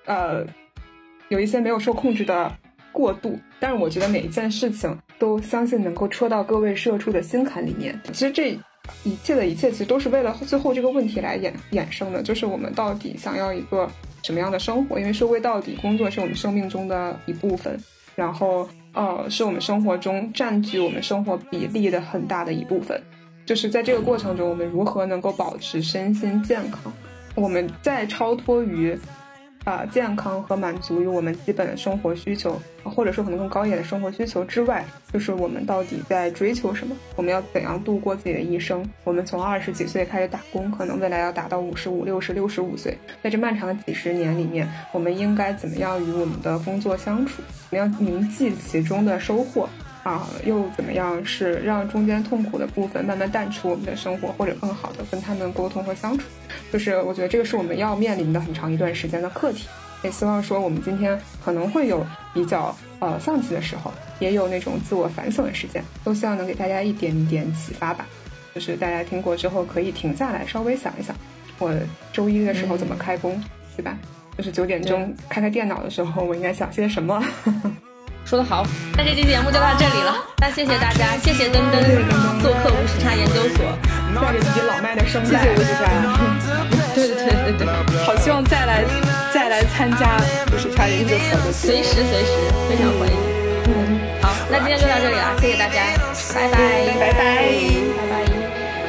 A: 没有受控制的过度，但是我觉得每一件事情都相信能够戳到各位社畜的心坎里面。其实这一切其实都是为了最后这个问题来衍生的，就是我们到底想要一个什么样的生活。因为说归到底，工作是我们生命中的一部分，然后是我们生活中占据我们生活比例的很大的一部分。就是在这个过程中，我们如何能够保持身心健康，我们在超脱于健康和满足于我们基本的生活需求，或者说可能更高一点的生活需求之外，就是我们到底在追求什么，我们要怎样度过自己的一生。我们从20几岁开始打工，可能未来要打到55、60、65岁，在这漫长的几十年里面，我们应该怎么样与我们的工作相处，怎么样铭记其中的收获又怎么样是让中间痛苦的部分慢慢淡出我们的生活，或者更好的跟他们沟通和相处。就是我觉得这个是我们要面临的很长一段时间的课题。也希望说我们今天可能会有比较丧气的时候，也有那种自我反省的时间，都希望能给大家一点点启发吧。就是大家听过之后可以停下来稍微想一想，我周一的时候怎么开工，对吧？就是9点钟开电脑的时候我应该想些什么。
B: 说得好，那这期节目就到这里了。那谢谢大家，谢谢登登做客无时差研究所，
A: 带着自己老麦的声带。
C: 谢谢无时差。
B: 对，
C: 好希望再来参加无时差研究所的，
B: 随时非常欢迎。好，那今天就到这里了，谢谢大家，拜拜，
C: 拜拜，
B: 拜拜。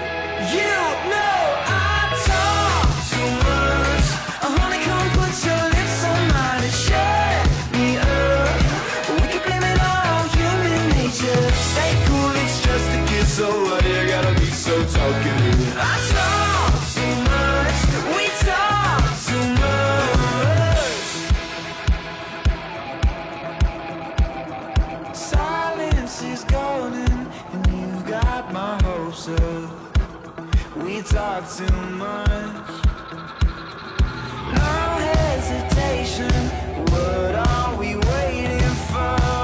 E: So why you gotta be so talkative? I talk too much, we talk too much. Silence is golden, and you got my hopes up. We talk too much. No hesitation, what are we waiting for?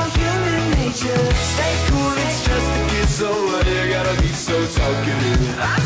E: So why you gotta be so talkative?